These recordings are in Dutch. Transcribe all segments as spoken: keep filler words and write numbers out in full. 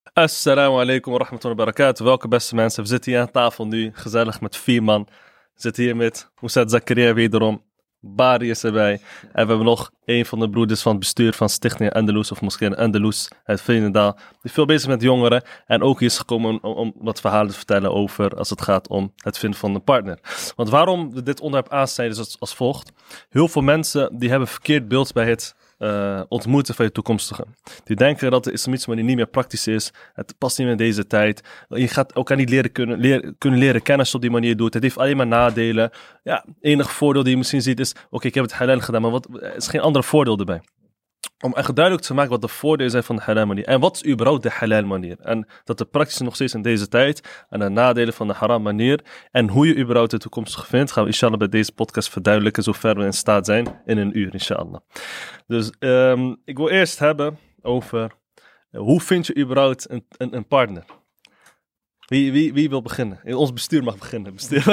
Assalamu alaikum wa rahmatullahi wa barakatuh. Welke beste mensen. We zitten hier aan tafel nu, gezellig met vier man. We zitten hier met Moussad Zakaria wederom. Bari is erbij. En we hebben nog een van de broeders van het bestuur van Stichting Andalus of Moskee Andalus uit Veenendaal. Die veel bezig met jongeren en ook hier is gekomen om, om wat verhalen te vertellen over als het gaat om het vinden van een partner. Want waarom we dit onderwerp aansnijden is als, als volgt. Heel veel mensen die hebben verkeerd beeld bij het Uh, ontmoeten van je toekomstige. Die denken dat de islamitische manier niet meer praktisch is. Het past niet meer in deze tijd. Je gaat elkaar niet leren kunnen, leren, kunnen leren kennen als je op die manier doet. Het heeft alleen maar nadelen. Ja, enig voordeel die je misschien ziet is, oké, okay, ik heb het halal gedaan, maar wat, er is geen andere voordeel erbij. Om echt duidelijk te maken wat de voordelen zijn van de halal manier. En wat is überhaupt de halal manier. En dat de praktisch nog steeds in deze tijd. En de nadelen van de haram manier. En hoe je überhaupt de toekomstige vindt. Gaan we inshallah bij deze podcast verduidelijken. Zover we in staat zijn. In een uur inshallah. Dus um, ik wil eerst hebben over. Uh, hoe vind je überhaupt een, een, een partner? Wie, wie, wie wil beginnen? Ons bestuur mag beginnen. Bestuur.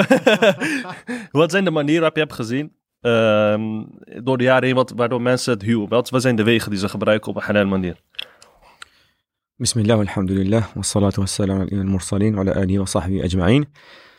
Wat zijn de manieren waarop je hebt gezien? Um, door de jaren heen, wat, waardoor mensen het huwen. Wat, wat zijn de wegen die ze gebruiken op een halal manier? Bismillah, alhamdulillah, wa salatu wa salam ala al-mursalin, wa ala alihi wa sahbihi ajma'in.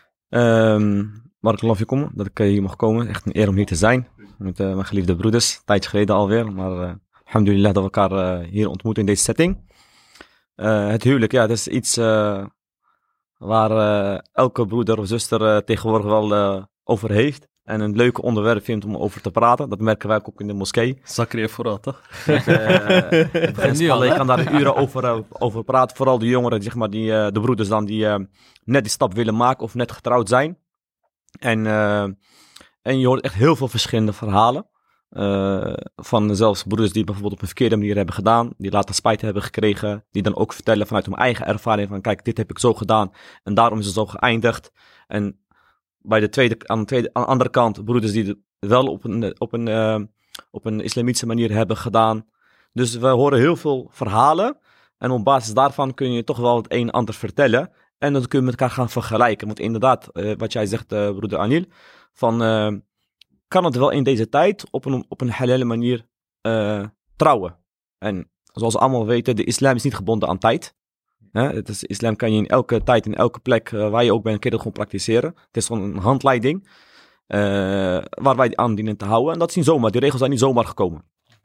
Um, Barakallahu fikum, dat ik hier mag komen. Echt een eer om hier te zijn. Met uh, mijn geliefde broeders. Een tijdje geleden alweer. Maar uh, alhamdulillah dat we elkaar uh, hier ontmoeten in deze setting. Uh, het huwelijk, ja, dat is iets uh, waar uh, elke broeder of zuster uh, tegenwoordig wel uh, over heeft. En een leuke onderwerp vindt om over te praten. Dat merken wij ook in de moskee. Zakaria vooral, toch? Ik, uh, ik kan daar uren over, uh, over praten. Vooral de jongeren, zeg maar, die, uh, de broeders dan, die uh, net die stap willen maken of net getrouwd zijn. En, uh, en je hoort echt heel veel verschillende verhalen. Uh, van zelfs broeders die bijvoorbeeld op een verkeerde manier hebben gedaan. Die later spijt hebben gekregen. Die dan ook vertellen vanuit hun eigen ervaring van kijk, dit heb ik zo gedaan. En daarom is het zo geëindigd. En bij de tweede, aan, de tweede, aan de andere kant, broeders die het wel op een, op, een, uh, op een islamitische manier hebben gedaan. Dus we horen heel veel verhalen. En op basis daarvan kun je toch wel het een en ander vertellen. En dan kun je met elkaar gaan vergelijken. Want inderdaad, uh, wat jij zegt, uh, broeder Anil. Van, uh, kan het wel in deze tijd op een, op een halale manier uh, trouwen? En zoals we allemaal weten, de islam is niet gebonden aan tijd. He, het is, islam kan je in elke tijd, in elke plek uh, waar je ook bent, kun je dat gewoon praktiseren. Het is gewoon een handleiding uh, waar wij aan dienen te houden. En dat is niet zomaar, die regels zijn niet zomaar gekomen.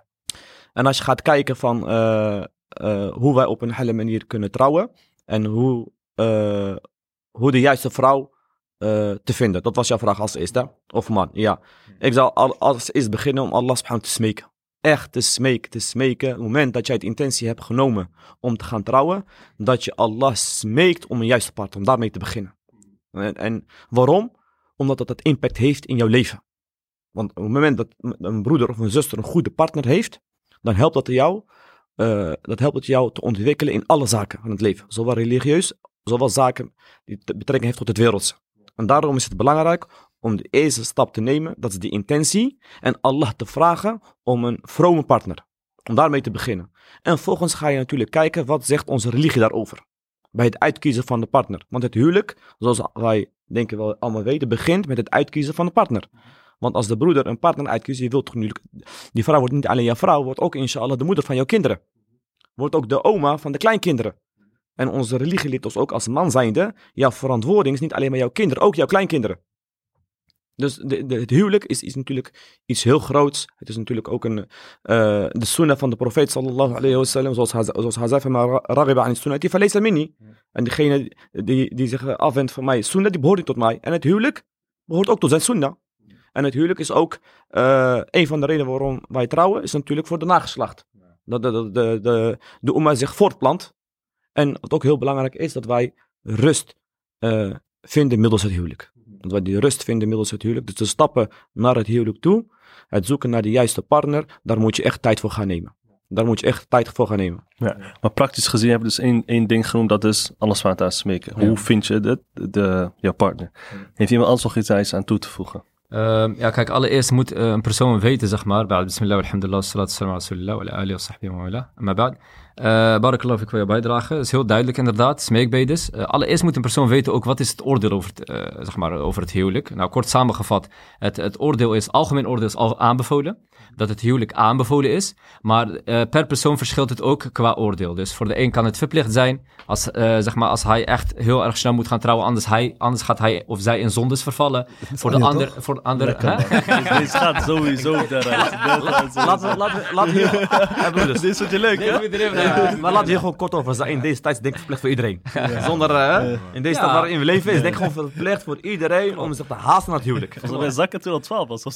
En als je gaat kijken van uh, uh, hoe wij op een hele manier kunnen trouwen en hoe, uh, hoe de juiste vrouw uh, te vinden. Dat was jouw vraag als eerste, of man, ja. Ik zou al, als eerst beginnen om Allah subhanahu te smeken. Echt te smeken, te smeken. Op het moment dat jij het intentie hebt genomen om te gaan trouwen, dat je Allah smeekt om een juiste partner, om daarmee te beginnen. En, en waarom? Omdat dat het impact heeft in jouw leven. Want op het moment dat een broeder of een zuster een goede partner heeft, dan helpt dat jou, uh, dat helpt het jou te ontwikkelen in alle zaken van het leven. Zowel religieus, zowel zaken die betrekking heeft tot het wereldse. En daarom is het belangrijk om de eerste stap te nemen, dat is die intentie, en Allah te vragen om een vrome partner. Om daarmee te beginnen. En vervolgens ga je natuurlijk kijken, wat zegt onze religie daarover? Bij het uitkiezen van de partner. Want het huwelijk, zoals wij denken wel allemaal weten, begint met het uitkiezen van de partner. Want als de broeder een partner uitkiest, je wilt toch nu, die vrouw wordt niet alleen jouw vrouw, wordt ook inshallah de moeder van jouw kinderen. Wordt ook de oma van de kleinkinderen. En onze religie leert ons ook als man zijnde, jouw verantwoording is niet alleen maar jouw kinderen, ook jouw kleinkinderen. Dus de, de, het huwelijk is, is natuurlijk iets heel groots. Het is natuurlijk ook een, uh, de sunnah van de profeet sallallahu alayhi wa sallam. Zoals hij zei van maar ragiba an sunnati falaysa minni. En degene die, die zich afwendt van mij sunnah, die behoort niet tot mij. En het huwelijk behoort ook tot zijn sunnah. En het huwelijk is ook uh, een van de redenen waarom wij trouwen, is natuurlijk voor de nageslacht. Dat de, de, de, de, de umma zich voortplant. En wat ook heel belangrijk is, dat wij rust uh, vinden middels het huwelijk. Dat wij die rust vinden middels het huwelijk. Dus de stappen naar het huwelijk toe, het zoeken naar de juiste partner, daar moet je echt tijd voor gaan nemen. Daar moet je echt tijd voor gaan nemen. Ja, maar praktisch gezien hebben we dus één, één ding genoemd, dat is alles wat aan smeken. Ja. Hoe vind je de, de, de, jouw partner? Heeft iemand anders nog iets aan toe te voegen? Uh, ja, kijk, allereerst moet uh, een persoon weten, zeg maar, ba'd bismillah, alhamdulillah, salatu salam ala rasulillah, wa ala alihi wa sahbihi wa ala, maar ba'd. Uh, Barakallahu, ik wil je bijdragen. Dat is heel duidelijk inderdaad, smeekbedes. Uh, allereerst moet een persoon weten ook wat is het oordeel over het, uh, zeg maar, over het huwelijk. Nou, kort samengevat, het, het oordeel is, algemeen oordeel is al aanbevolen. Dat het huwelijk aanbevolen is. Maar uh, per persoon verschilt het ook qua oordeel. Dus voor de een kan het verplicht zijn. Als, uh, zeg maar, als hij echt heel erg snel moet gaan trouwen. Anders, hij, anders gaat hij of zij in zondes vervallen. Voor de ander... Voor de ander Deze gaat sowieso daaruit. Laten we... Laten we... Dit is wat je leuk, hè? Maar laten we hier gewoon kort over zijn. In deze tijd is denk ik verplicht voor iedereen. Zonder... Uh, in deze tijd waarin we leven is denk ik gewoon verplicht voor iedereen. Om zich te haasten naar het huwelijk. Volgens mij zakken toen al twaalf was.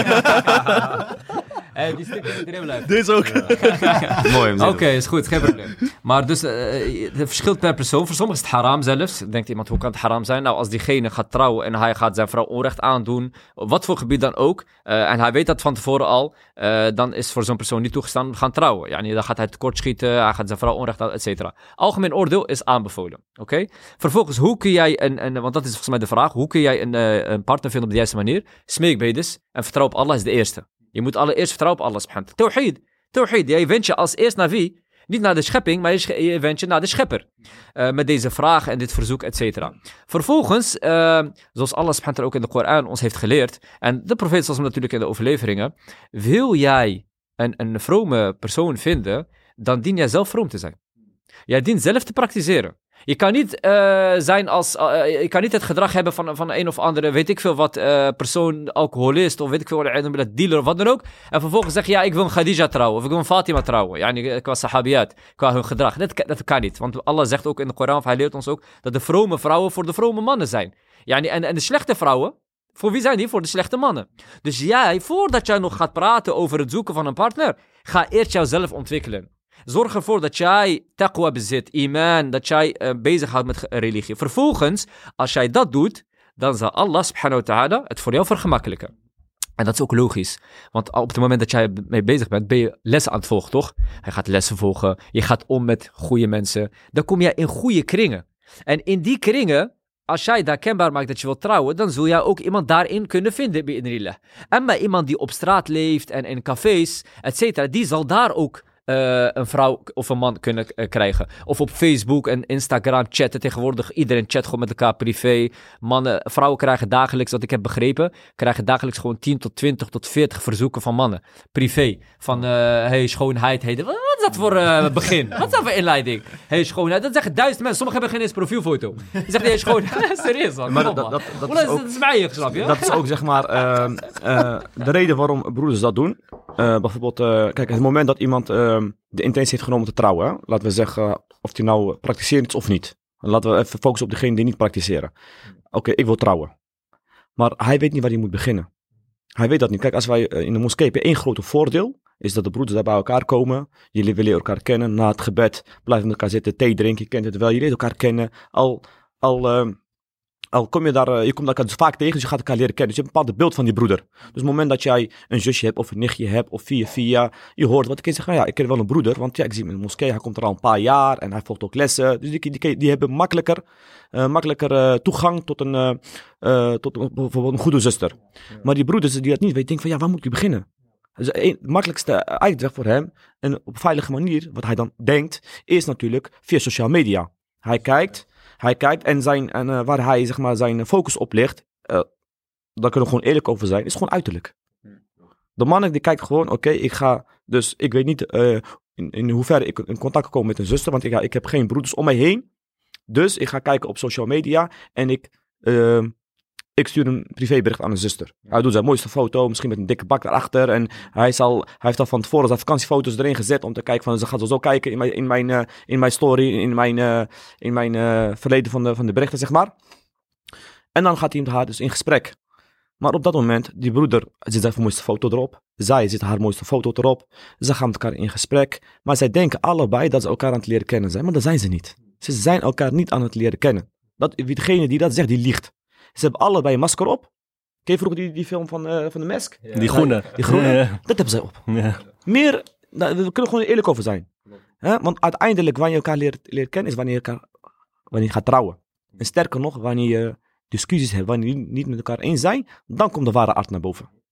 Hey, die sticker moet erin blijven. Deze ook. Ja. Mooi. Oké, okay, is goed, geen probleem. Maar dus, uh, het verschilt per persoon. Voor sommigen is het haram zelfs. Denkt iemand, hoe kan het haram zijn? Nou, als diegene gaat trouwen en hij gaat zijn vrouw onrecht aandoen, op wat voor gebied dan ook, uh, en hij weet dat van tevoren al, uh, dan is voor zo'n persoon niet toegestaan om te gaan trouwen. Ja, dan gaat hij tekortschieten, hij gaat zijn vrouw onrecht aan, et cetera. Algemeen oordeel is aanbevolen. Oké? Okay? Vervolgens, hoe kun jij, een, een, want dat is volgens mij de vraag, hoe kun jij een, uh, een partner vinden op de juiste manier? Smeekbedes en vertrouw op Allah is de eerste. Je moet allereerst vertrouwen op Allah subhanahu wa ta'ala. Tawhid. Tawhid. Jij wendt je als eerst naar wie? Niet naar de schepping, maar je, je wendt je naar de schepper. Uh, met deze vraag en dit verzoek, et cetera. Vervolgens, uh, zoals Allah subhanahu wa ta'ala ook in de Koran ons heeft geleerd, en de profeet zoals natuurlijk in de overleveringen, wil jij een, een vrome persoon vinden, dan dien jij zelf vroom te zijn. Jij dient zelf te praktiseren. Je kan niet uh, zijn als, uh, je kan niet het gedrag hebben van, van een of andere, weet ik veel wat, uh, persoon, alcoholist, of weet ik veel wat, dealer of wat dan ook. En vervolgens zeg je, ja, ik wil een Khadija trouwen, of ik wil een Fatima trouwen. Ja, qua sahabiyat, qua hun gedrag. Dat, dat kan niet, want Allah zegt ook in de Koran, of hij leert ons ook, dat de vrome vrouwen voor de vrome mannen zijn. Ja, en, en de slechte vrouwen, voor wie zijn die? Voor de slechte mannen. Dus jij, voordat jij nog gaat praten over het zoeken van een partner, ga eerst jouzelf ontwikkelen. Zorg ervoor dat jij taqwa bezit, iman, dat jij uh, bezighoudt met religie. Vervolgens, als jij dat doet, dan zal Allah subhanahu wa ta'ala het voor jou vergemakkelijken. En dat is ook logisch. Want op het moment dat jij mee bezig bent, ben je lessen aan het volgen, toch? Je gaat lessen volgen, je gaat om met goede mensen. Dan kom jij in goede kringen. En in die kringen, als jij daar kenbaar maakt dat je wilt trouwen, dan zul jij ook iemand daarin kunnen vinden, bi'idhnillah. En maar iemand die op straat leeft en in cafés, et cetera, die zal daar ook Uh, een vrouw of een man kunnen uh, krijgen. Of op Facebook en Instagram chatten. Tegenwoordig iedereen chat gewoon met elkaar privé. Mannen, vrouwen krijgen dagelijks, wat ik heb begrepen, krijgen dagelijks gewoon tien tot twintig tot veertig verzoeken van mannen. Privé. Van, uh, hey, schoonheid. Hey, wat is dat voor uh, begin? Wat is dat voor inleiding? Hey, schoonheid. Dat zeggen duizend mensen. Sommigen hebben geen eens profielfoto. Die zeggen, hey, schoonheid. Serieus, man. Maar dat, dat, dat, dat, is ook, dat is mij, snap je? Dat is ook, zeg maar, uh, uh, de reden waarom broeders dat doen. Uh, bijvoorbeeld, uh, kijk, het moment dat iemand uh, de intentie heeft genomen te trouwen, hè? Laten we zeggen, uh, of die nou praktiseert is of niet. Laten we even focussen op degene die niet praktiseren. Oké, okay, ik wil trouwen. Maar hij weet niet waar hij moet beginnen. Hij weet dat niet. Kijk, als wij uh, in de moskee hebben één grote voordeel, is dat de broeders daar bij elkaar komen. Jullie willen elkaar kennen. Na het gebed blijven met elkaar zitten, thee drinken. Je kent het wel, je leert elkaar kennen. Al... al uh, Al kom je daar, je komt elkaar dus vaak tegen, dus je gaat elkaar leren kennen. Dus je hebt een bepaald beeld van die broeder. Dus op het moment dat jij een zusje hebt of een nichtje hebt of via via, je hoort wat ik zeg, nou ja, ik ken wel een broeder, want ja, ik zie hem in de moskee, hij komt er al een paar jaar en hij volgt ook lessen. Dus die, die, die hebben makkelijker, uh, makkelijker uh, toegang tot een, uh, uh, tot een, bijvoorbeeld een goede zuster. Maar die broeders die dat niet weten, denken van ja, waar moet ik beginnen? Dus de makkelijkste uitweg voor hem, en op een veilige manier, wat hij dan denkt, is natuurlijk via social media. Hij kijkt... Hij kijkt en, zijn, en uh, waar hij zeg maar, zijn focus op ligt, uh, daar kunnen we gewoon eerlijk over zijn, is gewoon uiterlijk. De man die kijkt gewoon, oké, okay, ik ga, dus ik weet niet uh, in, in hoeverre ik in contact kom met een zuster, want ik, ja, ik heb geen broeders om mij heen. Dus ik ga kijken op social media en ik, uh, ik stuur een privébericht aan een zuster. Hij doet zijn mooiste foto, misschien met een dikke bak daarachter. En hij, zal, hij heeft al van tevoren zijn vakantiefoto's erin gezet om te kijken van, ze gaat zo kijken in mijn, in mijn, uh, in mijn story, in mijn, uh, in mijn uh, verleden van de, van de berichten, zeg maar. En dan gaat hij met haar dus in gesprek. Maar op dat moment, die broeder zit zijn mooiste foto erop. Zij zit haar mooiste foto erop. Ze gaan met elkaar in gesprek. Maar zij denken allebei dat ze elkaar aan het leren kennen zijn. Maar dat zijn ze niet. Ze zijn elkaar niet aan het leren kennen. Dat, degene die dat zegt, die liegt. Ze hebben allebei een masker op. Ken je vroeger die, die film van, uh, van de Mask? Ja. Die groene. Ja, die groene, ja. Dat hebben zij op. Ja. Meer, nou, we kunnen gewoon eerlijk over zijn. He? Want uiteindelijk, wanneer je elkaar leert, leert kennen, is wanneer je, elkaar, wanneer je gaat trouwen. En sterker nog, wanneer je discussies hebt, wanneer je niet met elkaar eens zijn, dan komt de ware aard naar boven.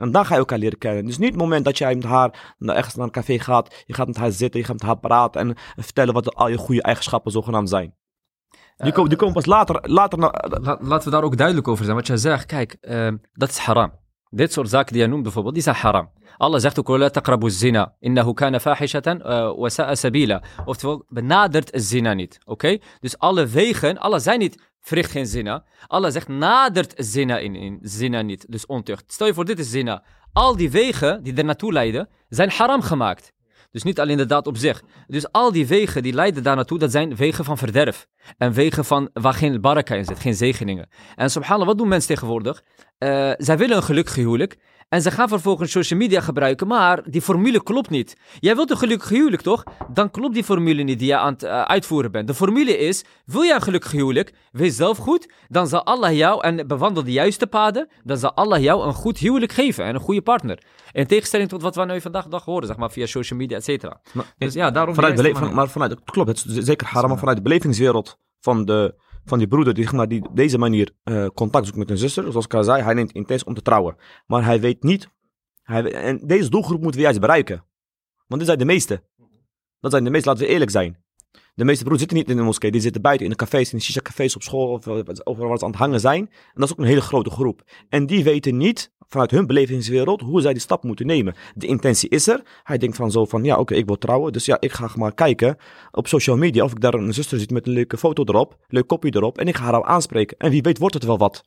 En dan ga je elkaar leren kennen. Dus niet het moment dat jij met haar nou, ergens naar een café gaat. Je gaat met haar zitten, je gaat met haar praten. En, en vertellen wat al je goede eigenschappen zogenaamd zijn. Die, uh, komen, die komen pas later... later na, la, laten we daar ook duidelijk over zijn. Wat jij zegt, kijk, uh, dat is haram. Dit soort zaken die jij noemt bijvoorbeeld, die zijn haram. Allah zegt ook, la taqrabu zina, innahu kana fahishatan wa sa'a sabila. Oftewel, benadert zina niet. Oké? Okay? Dus alle wegen, Allah zei niet, verricht geen zina. Allah zegt, nadert zina, in, in, zina niet. Dus ontucht. Stel je voor, dit is zina. Al die wegen die er naartoe leiden, zijn haram gemaakt. Dus niet alleen de daad op zich. Dus al die wegen die leiden daar naartoe, dat zijn wegen van verderf. En wegen van waar geen baraka in zit, geen zegeningen. En subhanallah, wat doen mensen tegenwoordig? Uh, zij willen een gelukkig huwelijk. En ze gaan vervolgens social media gebruiken, maar die formule klopt niet. Jij wilt een gelukkig huwelijk, toch? Dan klopt die formule niet die je aan het uh, uitvoeren bent. De formule is, wil jij een gelukkig huwelijk? Wees zelf goed, dan zal Allah jou, en bewandel de juiste paden, dan zal Allah jou een goed huwelijk geven en een goede partner. In tegenstelling tot wat we nu vandaag de dag horen, zeg maar, via social media, et cetera. Dus ja, daarom... Vanuit bele- van, maar vanuit, het klopt, het is zeker haram, maar vanuit de belevingswereld van de... van die broeder die, maar, die deze manier uh, contact zoekt met een zuster. Zoals ik al zei, hij neemt intens om te trouwen. Maar hij weet niet... Hij weet, en deze doelgroep moeten we juist bereiken. Want dit zijn de meeste. Dat zijn de meeste, laten we eerlijk zijn. De meeste broeders zitten niet in de moskee. Die zitten buiten in de cafés, in de shisha-cafés op school. Of overal waar ze aan het hangen zijn. En dat is ook een hele grote groep. En die weten niet, vanuit hun belevingswereld, hoe zij die stap moeten nemen. De intentie is er. Hij denkt van zo van, ja oké, okay, ik wil trouwen. Dus ja, ik ga maar kijken op social media of ik daar een zuster zit met een leuke foto erop. Leuk kopje erop. En ik ga haar aanspreken. En wie weet wordt het wel wat.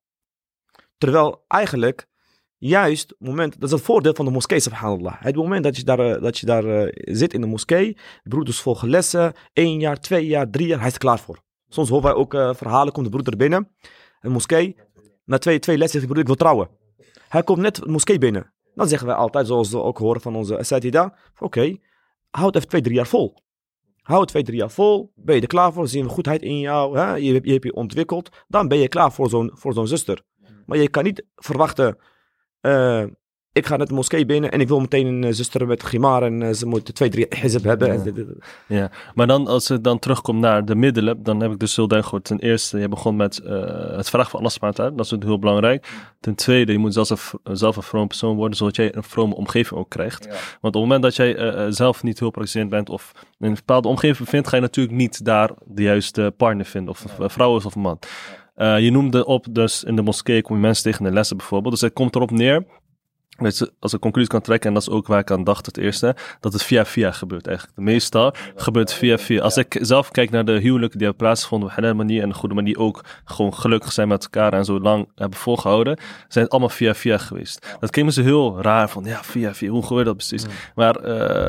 Terwijl eigenlijk... Juist, het moment, dat is het voordeel van de moskee, subhanallah. Het moment dat je daar, uh, dat je daar uh, zit in de moskee, broeders volgen lessen, één jaar, twee jaar, drie jaar, hij is er klaar voor. Soms horen wij ook uh, verhalen, komt de broeder binnen, een moskee, na twee, twee lessen zegt de broeder, ik wil trouwen. Hij komt net de moskee binnen. Dan zeggen wij altijd, zoals we ook horen van onze asatida, oké, okay, houd even twee, drie jaar vol. Houd twee, drie jaar vol, ben je er klaar voor, zien we goedheid in jou, hè? Je, je hebt je ontwikkeld, dan ben je klaar voor zo'n, voor zo'n zuster. Maar je kan niet verwachten... Uh, ik ga net de moskee binnen en ik wil meteen een uh, zuster met gimar en uh, ze moeten twee, drie hizb hebben. Ja. ja, maar dan als het dan terugkomt naar de middelen, dan heb ik dus heel duidelijk gehoord. Ten eerste, je begon met uh, het vragen van Allah subhanahu wa ta'ala, dat is heel belangrijk. Ten tweede, je moet zelfs een, zelf een vrome persoon worden, zodat jij een vrome omgeving ook krijgt. Ja. Want op het moment dat jij uh, zelf niet heel praktiserend bent of in een bepaalde omgeving vindt, ga je natuurlijk niet daar de juiste partner vinden, of ja. een vrouw is of een man. Ja. Uh, je noemde op, dus in de moskee kom je mensen tegen de lessen bijvoorbeeld. Dus het komt erop neer, weet je, als ik conclusie kan trekken, en dat is ook waar ik aan dacht het eerste, dat het via via gebeurt eigenlijk. Meestal ja, gebeurt het via via. Als ja. ik zelf kijk naar de huwelijken die hebben plaatsgevonden op een halal manier en een goede manier ook gewoon gelukkig zijn met elkaar en zo lang hebben volgehouden, zijn het allemaal via via geweest. Ja. Dat klinkt me zo heel raar van, ja, via via, hoe gebeurt dat precies? Ja. Maar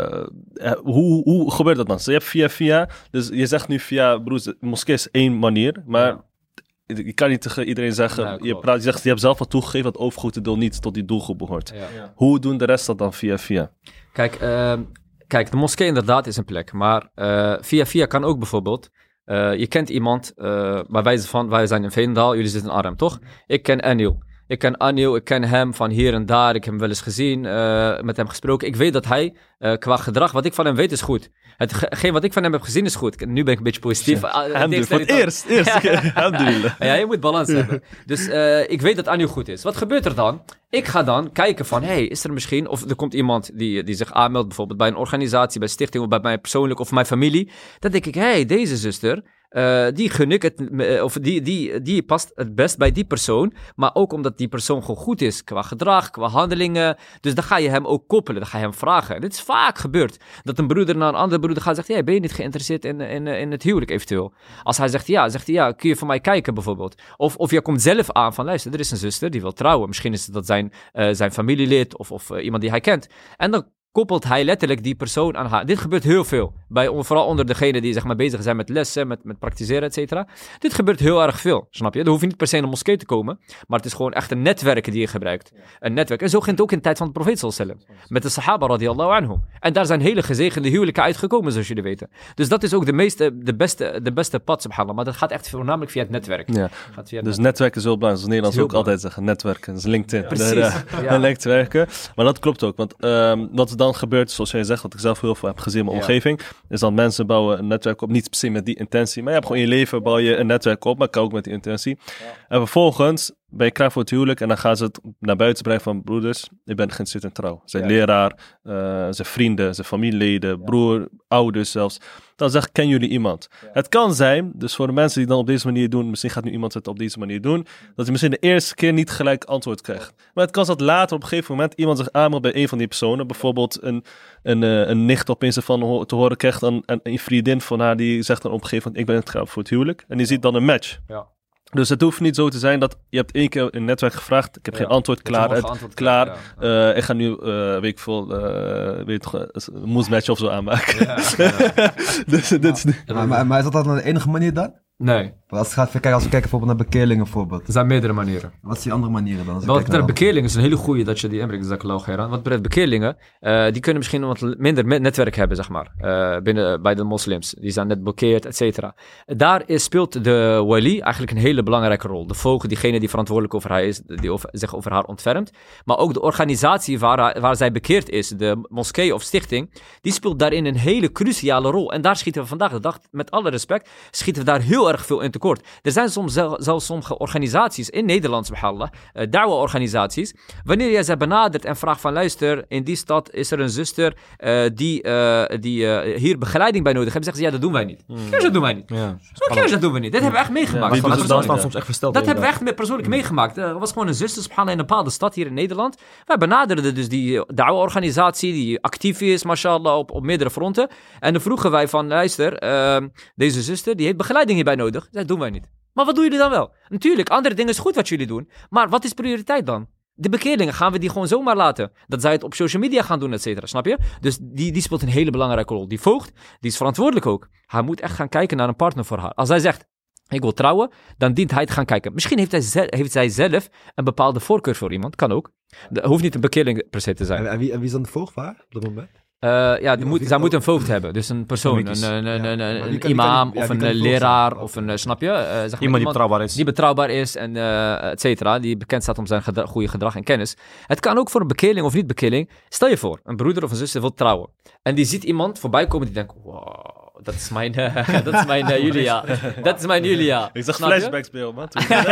uh, hoe, hoe gebeurt dat dan? Dus je hebt via via, dus je zegt nu via, broers, moskee is één manier, maar... Ja. Je kan niet tegen iedereen zeggen, ja, je, praat, je zegt, je hebt zelf wat toegegeven dat overgrote deel niet tot die doelgroep behoort. Ja. Ja. Hoe doen de rest dat dan via via? Kijk, uh, kijk, de moskee inderdaad is een plek, maar uh, via via kan ook bijvoorbeeld, uh, je kent iemand, uh, bij wijze van, wij zijn in Veenendaal, jullie zitten in Arnhem, toch? Ik ken Anil. Ik ken Anil, ik ken hem van hier en daar, ik heb hem wel eens gezien, uh, met hem gesproken. Ik weet dat hij, uh, qua gedrag, wat ik van hem weet is goed. Hetgeen wat ik van hem heb gezien is goed. Nu ben ik een beetje positief. Ja, uh, voor het eerst. eerst. ja. ja, je moet balans hebben. Dus uh, ik weet dat Anil goed is. Wat gebeurt er dan? Ik ga dan kijken van, hey, is er misschien... Of er komt iemand die, die zich aanmeldt, bijvoorbeeld bij een organisatie, bij stichting, of bij mij persoonlijk, of mijn familie. Dan denk ik, hey, deze zuster... Uh, die gun ik het, uh, of die, die, die past het best bij die persoon, maar ook omdat die persoon gewoon goed is qua gedrag, qua handelingen, dus dan ga je hem ook koppelen, dan ga je hem vragen. Dit is vaak gebeurd, dat een broeder naar een andere broeder gaat en zegt, hey, ben je niet geïnteresseerd in, in, in het huwelijk eventueel? Als hij zegt ja, zegt hij ja, kun je voor mij kijken bijvoorbeeld? Of, of je komt zelf aan van, luister, er is een zuster die wil trouwen, misschien is dat zijn, uh, zijn familielid of, of uh, iemand die hij kent, en dan koppelt hij letterlijk die persoon aan haar. Dit gebeurt heel veel. Bij, vooral onder degenen die zeg maar, bezig zijn met lessen, met, met praktiseren, et cetera. Dit gebeurt heel erg veel, snap je? Dan hoef je niet per se in een moskee te komen, maar het is gewoon echt een netwerk die je gebruikt. Een netwerk. En zo ging het ook in de tijd van de profeet sallallahu alaihi wasallam. Met de sahaba radiyallahu anhum. En daar zijn hele gezegende huwelijken uitgekomen, zoals jullie weten. Dus dat is ook de, meeste, de, beste, de beste pad, subhanallah. Maar dat gaat echt voornamelijk via het netwerk. Ja. Gaat via dus netwerk. netwerk is heel belangrijk. Dus Nederlands ook belangrijk. Altijd zeggen, netwerken. Dat is LinkedIn. Ja. Precies. De, ja. netwerken. Maar dat klopt ook. Want um, wat er dan gebeurt, zoals jij zegt, wat ik zelf heel veel heb gezien in mijn ja. omgeving, is dat mensen bouwen een netwerk op, niet per se met die intentie, maar je hebt gewoon in je leven, bouw je een netwerk op, maar kan ook met die intentie. Ja. En vervolgens ben je klaar voor het huwelijk en dan gaan ze het naar buiten brengen van broeders, ik ben geïnteresseerd in trouw. Zijn ja. leraar, uh, zijn vrienden, zijn familieleden, ja. broer, ouders zelfs. Dan zeg ik, ken jullie iemand? Ja. Het kan zijn, dus voor de mensen die dan op deze manier doen, misschien gaat nu iemand het op deze manier doen, dat je misschien de eerste keer niet gelijk antwoord krijgt. Maar het kan dat later op een gegeven moment iemand zich aanmeldt bij een van die personen, bijvoorbeeld een, een, uh, een nicht opeens ervan te horen krijgt, en een, een vriendin van haar die zegt dan op een gegeven moment, ik ben het klaar voor het huwelijk. En die ziet dan een match. Ja. Dus het hoeft niet zo te zijn dat je hebt één keer een netwerk gevraagd. Ik heb ja, geen antwoord klaar. Het, antwoord klaar. klaar ja, ja. Uh, ik ga nu, uh, weet ik veel, uh, weet je, een moesmatch of zo aanmaken. Ja, ja. dus, ja. Dit is maar, maar, maar is dat dan de enige manier dan? Nee. Als, het gaat, als we kijken bijvoorbeeld naar bekeerlingen bijvoorbeeld. Er zijn meerdere manieren. Wat zijn die andere manieren dan? Wat betreft bekeerlingen is een hele goede dat je die inbrengt, Zakallahu Khairan. Wat betreft bekeerlingen, uh, die kunnen misschien wat minder netwerk hebben, zeg maar. Uh, binnen, bij de moslims. Die zijn net bekeerd, et cetera. Daar is, speelt de wali eigenlijk een hele belangrijke rol. De voogd, diegene die verantwoordelijk over haar is, die over, zich over haar ontfermt. Maar ook de organisatie waar, waar zij bekeerd is, de moskee of stichting, die speelt daarin een hele cruciale rol. En daar schieten we vandaag de dag, met alle respect, schieten we daar heel erg veel in tekort. Er zijn soms zelfs sommige organisaties in Nederland, subhanallah, uh, da'wa-organisaties, wanneer jij ze benadert en vraagt van, luister, in die stad is er een zuster uh, die, uh, die uh, hier begeleiding bij nodig heeft, zeggen ze, ja, dat doen wij niet. Mm. Ja, dat doen wij niet. Ja, ja, dat doen we niet. Dat hebben we echt meegemaakt. Ja, dat staan ja. soms echt versteld. Dat hebben we echt persoonlijk mm. meegemaakt. Er was gewoon een zuster, subhanallah, in een bepaalde stad hier in Nederland. Wij benaderden dus die da'wa-organisatie die actief is, mashallah, op, op meerdere fronten. En dan vroegen wij van, luister, uh, deze zuster, die heeft begeleiding hierbij nodig. Dat doen wij niet. Maar wat doen jullie dan wel? Natuurlijk, andere dingen is goed wat jullie doen. Maar wat is prioriteit dan? De bekeerlingen, gaan we die gewoon zomaar laten? Dat zij het op social media gaan doen, et cetera. Snap je? Dus die, die speelt een hele belangrijke rol. Die voogd, die is verantwoordelijk ook. Hij moet echt gaan kijken naar een partner voor haar. Als hij zegt, ik wil trouwen, dan dient hij te gaan kijken. Misschien heeft, hij ze- heeft zij zelf een bepaalde voorkeur voor iemand. Kan ook. Dat hoeft niet een bekeerling per se te zijn. En, en, wie, en wie is dan de voogd voor haar op dat moment? Uh, ja, die moet, zij moet een voogd hebben. Dus een persoon, een, een, een, ja. een, een, een imam ja, of een leraar of een, uh, snap je? Uh, zeg maar iemand, iemand die betrouwbaar is. Die betrouwbaar is en uh, et cetera. Die bekend staat om zijn gedra- goede gedrag en kennis. Het kan ook voor een bekeerling of niet bekeerling. Stel je voor, een broeder of een zuster wil trouwen. En die ziet iemand voorbij komen die denkt, wow, dat is mijn, uh, dat is mijn uh, Julia. Dat is mijn Julia. Ik zag flashbacks bij jou, man.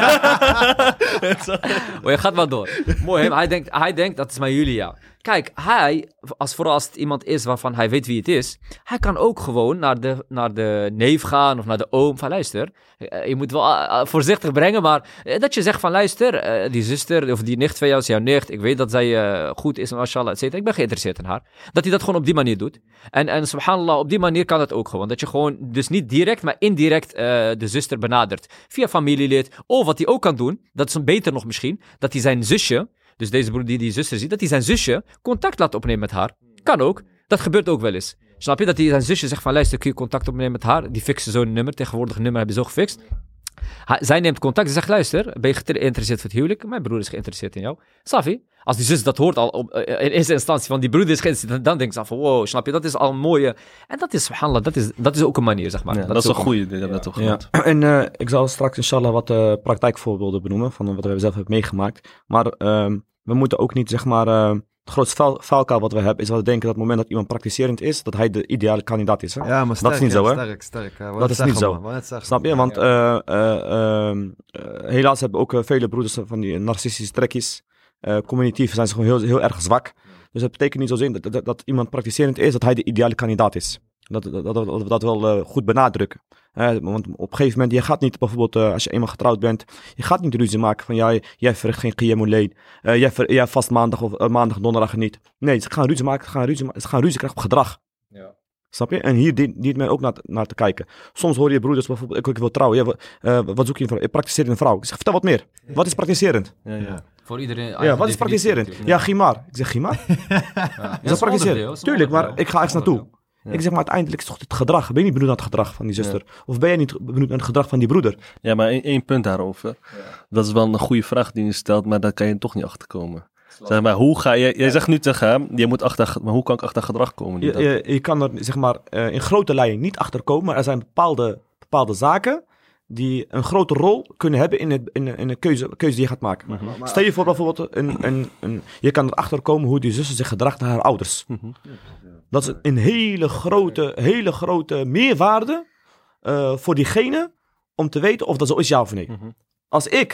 Oh, je gaat maar door. Mooi, hè? Hij denkt, hij denkt, dat is mijn Julia. Kijk, hij, als, vooral als het iemand is waarvan hij weet wie het is, hij kan ook gewoon naar de, naar de neef gaan of naar de oom van, luister, je moet wel uh, voorzichtig brengen, maar uh, dat je zegt van, luister, uh, die zuster of die nicht van jou is jouw nicht, ik weet dat zij uh, goed is, mashallah, et cetera, ik ben geïnteresseerd in haar. Dat hij dat gewoon op die manier doet. En, en subhanallah, op die manier kan dat ook gewoon. Dat je gewoon, dus niet direct, maar indirect uh, de zuster benadert. Via familielid, of wat hij ook kan doen, dat is een beter nog misschien, dat hij zijn zusje, dus deze broer die die zuster ziet, dat hij zijn zusje contact laat opnemen met haar. Kan ook. Dat gebeurt ook wel eens. Snap je? Dat hij zijn zusje zegt van, luister, kun je contact opnemen met haar? Die fixen zo'n nummer. Tegenwoordig een nummer hebben ze zo gefixt. Hij, zij neemt contact en zegt, luister, ben je geïnteresseerd voor het huwelijk? Mijn broer is geïnteresseerd in jou. Safi. Als die zus dat hoort al op, in eerste instantie van die broer is geïnteresseerd, dan denkt ze van, wow, snap je? Dat is al een mooie. En dat is, subhanallah, dat is, dat is ook een manier, zeg maar. Ja, dat, dat is een goede. Ja. Dat toch ja. En uh, ik zal straks inshallah wat uh, praktijkvoorbeelden benoemen van wat we zelf hebben meegemaakt. Maar uh, we moeten ook niet, zeg maar, uh, het grootste vuil, vuilkuil wat we hebben, is dat we denken dat op het moment dat iemand praktiserend is, dat hij de ideale kandidaat is. Hè? Ja, maar sterk, dat is niet ja, zo, hè? Sterk, sterk. Uh, dat is niet zo. Man, Snap je? Want uh, uh, uh, uh, helaas hebben ook uh, vele broeders van die narcistische trekjes. Uh, communicatief zijn ze gewoon heel, heel erg zwak. Dus dat betekent niet zozeer dat, dat, dat iemand praktiserend is, dat hij de ideale kandidaat is. Dat, dat, dat, dat we dat wel uh, goed benadrukken. Uh, want op een gegeven moment, je gaat niet bijvoorbeeld, uh, als je eenmaal getrouwd bent, je gaat niet ruzie maken van, jij, jij verricht geen qiyamul layl, uh, jij, ver, jij vast maandag of uh, maandag, donderdag niet. Nee, ze gaan ruzie maken, ze gaan ruzie, ze gaan ruzie krijgen op gedrag. Ja. Snap je? En hier dient, dient men ook naar, naar te kijken. Soms hoor je broeders bijvoorbeeld, ik, ik wil trouwen, ja, uh, wat zoek je een vrouw? Ik praktiseer een vrouw. Ik zeg, vertel wat meer. Wat is praktiserend? Ja, ja. Voor iedereen. Ja, wat is praktiserend? Ja, ja, Gimar. Ik zeg, Gimar? Ja. Is dat praktiserend? Tuurlijk, maar ik ga ergens naartoe. Ja. Ik zeg, maar uiteindelijk is toch het gedrag. Ben je niet benieuwd naar het gedrag van die zuster? Ja. Of ben je niet benieuwd naar het gedrag van die broeder? Ja, maar één, één punt daarover. Ja. Dat is wel een goede vraag die je stelt, maar daar kan je toch niet achter komen. Zeg maar, hoe ga je... Jij ja. zegt nu tegen hem, je moet achter... Maar hoe kan ik achter gedrag komen? Je, je, je kan er, zeg maar, uh, in grote lijnen niet achter komen, maar er zijn bepaalde, bepaalde zaken die een grote rol kunnen hebben in, het, in, in de keuze, keuze die je gaat maken. Mm-hmm. Stel je voor bijvoorbeeld, een, een, een, je kan erachter komen hoe die zuster zich gedraagt naar haar ouders. Mm-hmm. Dat is een hele grote, hele grote meerwaarde uh, voor diegene om te weten of dat zo is, ja of nee. Mm-hmm. Als ik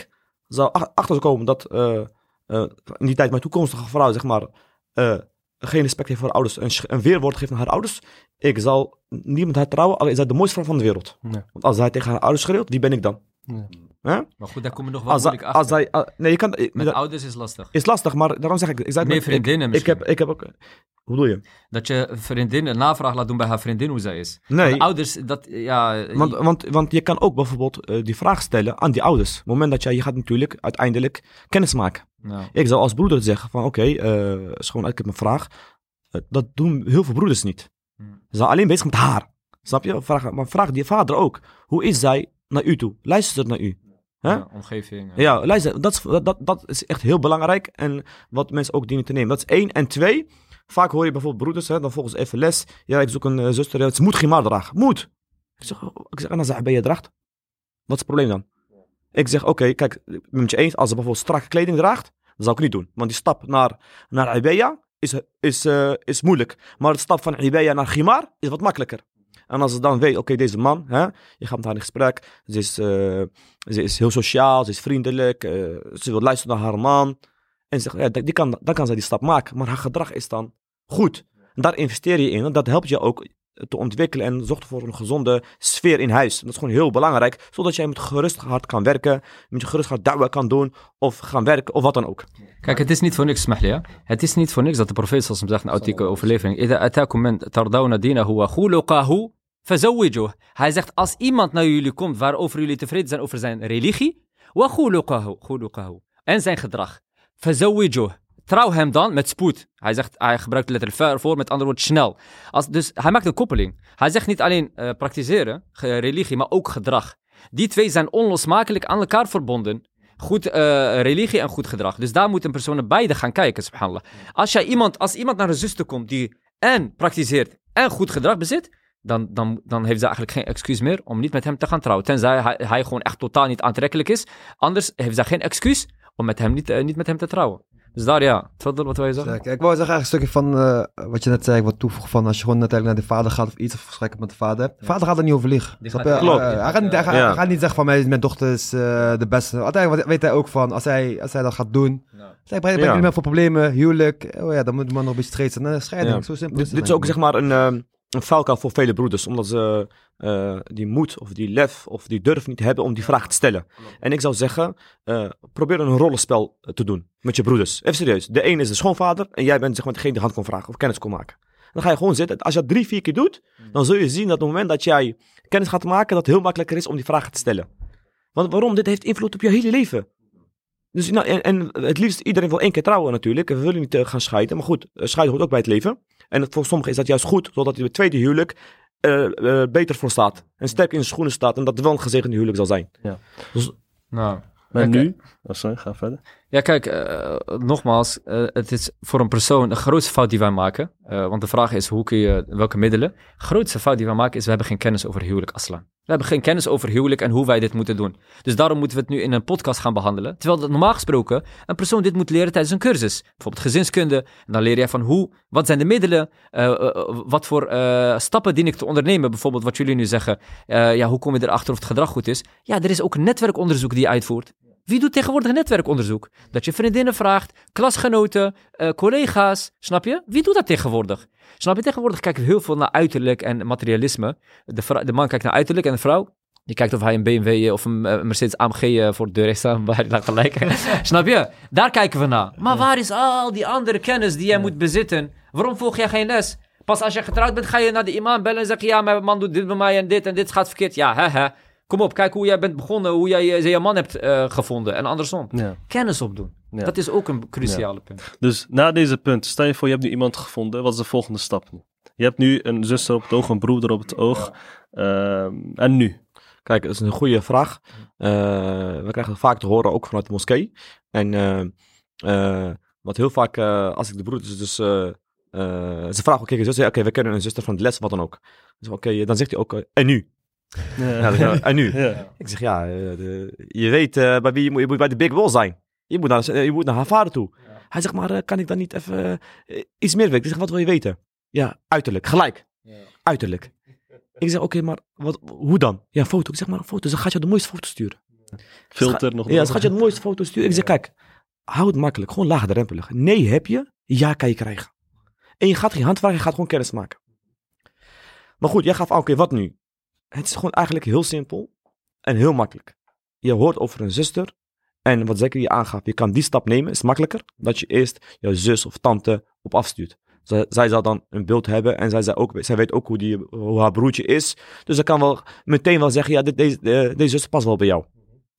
zou ach- achter komen dat uh, uh, in die tijd mijn toekomstige vrouw, zeg maar, uh, geen respect heeft voor haar ouders en sch- een weerwoord geeft naar haar ouders, ik zal niet met haar trouwen, al is zij de mooiste vrouw van de wereld. Ja. Want als zij tegen haar ouders schreeuwt, wie ben ik dan? Ja. Huh? Maar goed, daar komen we nog wel Als, moeilijk zij- als achter. zij, uh, nee, je kan, Met dat ouders is lastig. is lastig, maar daarom zeg ik, ik zei, Meer ik, vriendinnen ik, misschien. heb, ik heb ook, hoe bedoel je? Dat je vriendin een navraag laat doen bij haar vriendin hoe zij is. Nee. Want ouders, dat, ja... Want, want, want je kan ook bijvoorbeeld uh, die vraag stellen aan die ouders. Op het moment dat jij, je gaat natuurlijk uiteindelijk kennis maken. nou, Ik zou als broeder zeggen van oké, okay, uh, is gewoon, ik heb een vraag. Uh, dat doen heel veel broeders niet. Hmm. Ze zijn alleen bezig met haar. Snap je? Vraag, maar vraag die vader ook. Hoe is zij naar u toe? Luistert naar u? Huh? ja, omgeving. ja. Ja, luister, dat is, dat, dat is echt heel belangrijk. En wat mensen ook dienen te nemen. Dat is één. En twee, vaak hoor je bijvoorbeeld broeders, hè, dan volgen ze even les. Ja, ik zoek een uh, zuster, ja, ze moet geen maar dragen. Moet! Ik zeg, ik zeg en dan zeg ben je draagt. Wat is het probleem dan? Ik zeg, oké, okay, kijk, ik ben het je eens. Als ze bijvoorbeeld strakke kleding draagt, dan zou ik niet doen. Want die stap naar, naar Ibeya is, is, uh, is moeilijk. Maar de stap van Ibeya naar Gimar is wat makkelijker. En als ze dan weet, oké, okay, deze man, hè, je gaat met haar in gesprek. Ze is, uh, ze is heel sociaal, ze is vriendelijk. Uh, ze wil luisteren naar haar man. En ze zegt, ja, die kan, dan kan zij die stap maken. Maar haar gedrag is dan goed. En daar investeer je in. En dat helpt je ook te ontwikkelen en zorgt voor een gezonde sfeer in huis. En dat is gewoon heel belangrijk. Zodat jij met gerust hart kan werken. Met je gerust hart da'wa kan doen. Of gaan werken, of wat dan ook. Kijk, het is niet voor niks, smahli, ja? Het is niet voor niks dat de profeet zoals hem zegt in de authentieke overlevering. Ida atakum men tardawna dinahu wa khuluqahu fazawwijuh. Hij zegt, als iemand naar jullie komt waarover jullie tevreden zijn over zijn religie, wa khuluqahu, khuluqahu, en zijn gedrag, fazawwijuh. Trouw hem dan met spoed. Hij zegt, hij gebruikt de letter ver voor, met andere woorden snel. Als, dus hij maakt een koppeling. Hij zegt niet alleen uh, praktiseren, ge- religie, maar ook gedrag. Die twee zijn onlosmakelijk aan elkaar verbonden. Goed uh, religie en goed gedrag. Dus daar moeten personen beide gaan kijken, subhanallah. Als, jij iemand, als iemand naar een zuster komt die en praktiseert en goed gedrag bezit, dan, dan, dan heeft ze eigenlijk geen excuus meer om niet met hem te gaan trouwen. Tenzij hij, hij gewoon echt totaal niet aantrekkelijk is. Anders heeft ze geen excuus om met hem niet, uh, niet met hem te trouwen. Dus daar ja, wat wil je zeggen? Kijk, ik wou zeggen eigenlijk een stukje van uh, wat je net zei, wat toevoeg van als je gewoon uiteindelijk naar de vader gaat of iets of gesprekken met de vader hebt. De vader gaat er niet over liegen. Die Snap gaat- je? Klopt. Uh, hij, gaat niet, hij, gaat, Ja. hij gaat niet zeggen van mij, mijn dochter is uh, de beste. Uiteindelijk weet hij ook van, als hij, als hij dat gaat doen, Ja. zeg, breng Ja. je met voor problemen, huwelijk, oh ja, dan moet de man nog een beetje straight zijn. Uh, scheiding, Ja. zo simpel Dit, is dit het is ook zeg eigenlijk. maar een, uh, een valkuil voor vele broeders. Omdat ze uh, die moed of die lef of die durf niet hebben om die vraag te stellen. En ik zou zeggen, uh, probeer een rollenspel te doen met je broeders. Even serieus. De een is de schoonvader en jij bent zeg maar degene die hand kon vragen of kennis kon maken. Dan ga je gewoon zitten. Als je dat drie, vier keer doet, dan zul je zien dat op het moment dat jij kennis gaat maken, dat het heel makkelijker is om die vragen te stellen. Want waarom? Dit heeft invloed op je hele leven. Dus, nou, en, en het liefst, iedereen wil één keer trouwen natuurlijk. We willen niet uh, gaan scheiden. Maar goed, uh, scheiden hoort ook bij het leven. En het, voor sommigen is dat juist goed, zodat hij het tweede huwelijk uh, uh, beter voor staat. En sterk in zijn schoenen staat. En dat het wel een gezegende huwelijk zal zijn. Nou, En Kijk, nu? Oh, sorry, ga verder. Ja, kijk, uh, nogmaals, uh, het is voor een persoon de grootste fout die wij maken. Uh, want de vraag is, hoe kun je, welke middelen? De grootste fout die wij maken is, we hebben geen kennis over huwelijk aslan. We hebben geen kennis over huwelijk en hoe wij dit moeten doen. Dus daarom moeten we het nu in een podcast gaan behandelen. Terwijl dat normaal gesproken een persoon dit moet leren tijdens een cursus. Bijvoorbeeld gezinskunde. En dan leer je van hoe, wat zijn de middelen? Uh, uh, wat voor uh, stappen dien ik te ondernemen? Bijvoorbeeld wat jullie nu zeggen. Uh, ja, hoe kom je erachter of het gedrag goed is? Ja, er is ook een netwerkonderzoek die je uitvoert. Wie doet tegenwoordig netwerkonderzoek? Dat je vriendinnen vraagt, klasgenoten, uh, collega's, snap je? Wie doet dat tegenwoordig? Snap je? Tegenwoordig kijken we heel veel naar uiterlijk en materialisme. De, vrou- de man kijkt naar uiterlijk en de vrouw, die kijkt of hij een B M W of een uh, Mercedes A M G uh, voor de deur heeft staan, waar hij laat gelijk. Snap je? Daar kijken we naar. Maar waar is al die andere kennis die jij moet bezitten? Waarom volg jij geen les? Pas als je getrouwd bent, ga je naar de imam bellen en zeggen, ja, mijn man doet dit bij mij en dit en dit gaat verkeerd. Ja, hè, hè. Kom op, kijk hoe jij bent begonnen, hoe jij je, je man hebt uh, gevonden en andersom. Ja. Kennis opdoen. Ja. Dat is ook een cruciale punt. Dus na deze punt, stel je voor je hebt nu iemand gevonden. Wat is de volgende stap nu? Je hebt nu een zuster op het oog, een broeder op het oog. Uh, en nu? Kijk, dat is een goede vraag. Uh, we krijgen het vaak te horen, ook vanuit de moskee. En uh, uh, wat heel vaak, uh, als ik de broeders dus... Uh, uh, ze vragen, oké, okay, zuster, oké, okay, we kennen een zuster van de les, wat dan ook. Dus oké, okay, dan zegt hij ook, uh, en nu? Ja. Ja, dus, en nu? Ja. Ik zeg, ja, uh, de, je weet uh, bij wie je moet, je moet bij de big boss zijn. Je moet naar, je moet naar haar vader toe. Ja. Hij zegt, maar uh, kan ik dan niet even uh, iets meer weten? Ik zeg, wat wil je weten? Ja, uiterlijk, gelijk. Ja. Uiterlijk. Ik zeg, oké, okay, maar wat, hoe dan? Ja, foto. Ik zeg, maar een foto. Ze gaat jou de mooiste foto sturen. Filter nog. Ja, schat je het mooiste foto sturen. Ik zeg, kijk, hou het makkelijk. Gewoon laagdrempelig. Nee heb je, ja kan je krijgen. En je gaat geen hand vragen, je gaat gewoon kennis maken. Maar goed, jij gaf aan, oké, okay, wat nu? Het is gewoon eigenlijk heel simpel en heel makkelijk. Je hoort over een zuster en wat zeker je aangaf, je kan die stap nemen, is makkelijker, dat je eerst je zus of tante op afstuurt. Zij, zij zal dan een beeld hebben en zij, zij, ook, zij weet ook hoe, die, hoe haar broertje is. Dus ze kan wel meteen wel zeggen, ja, dit, deze, de, deze zuster past wel bij jou.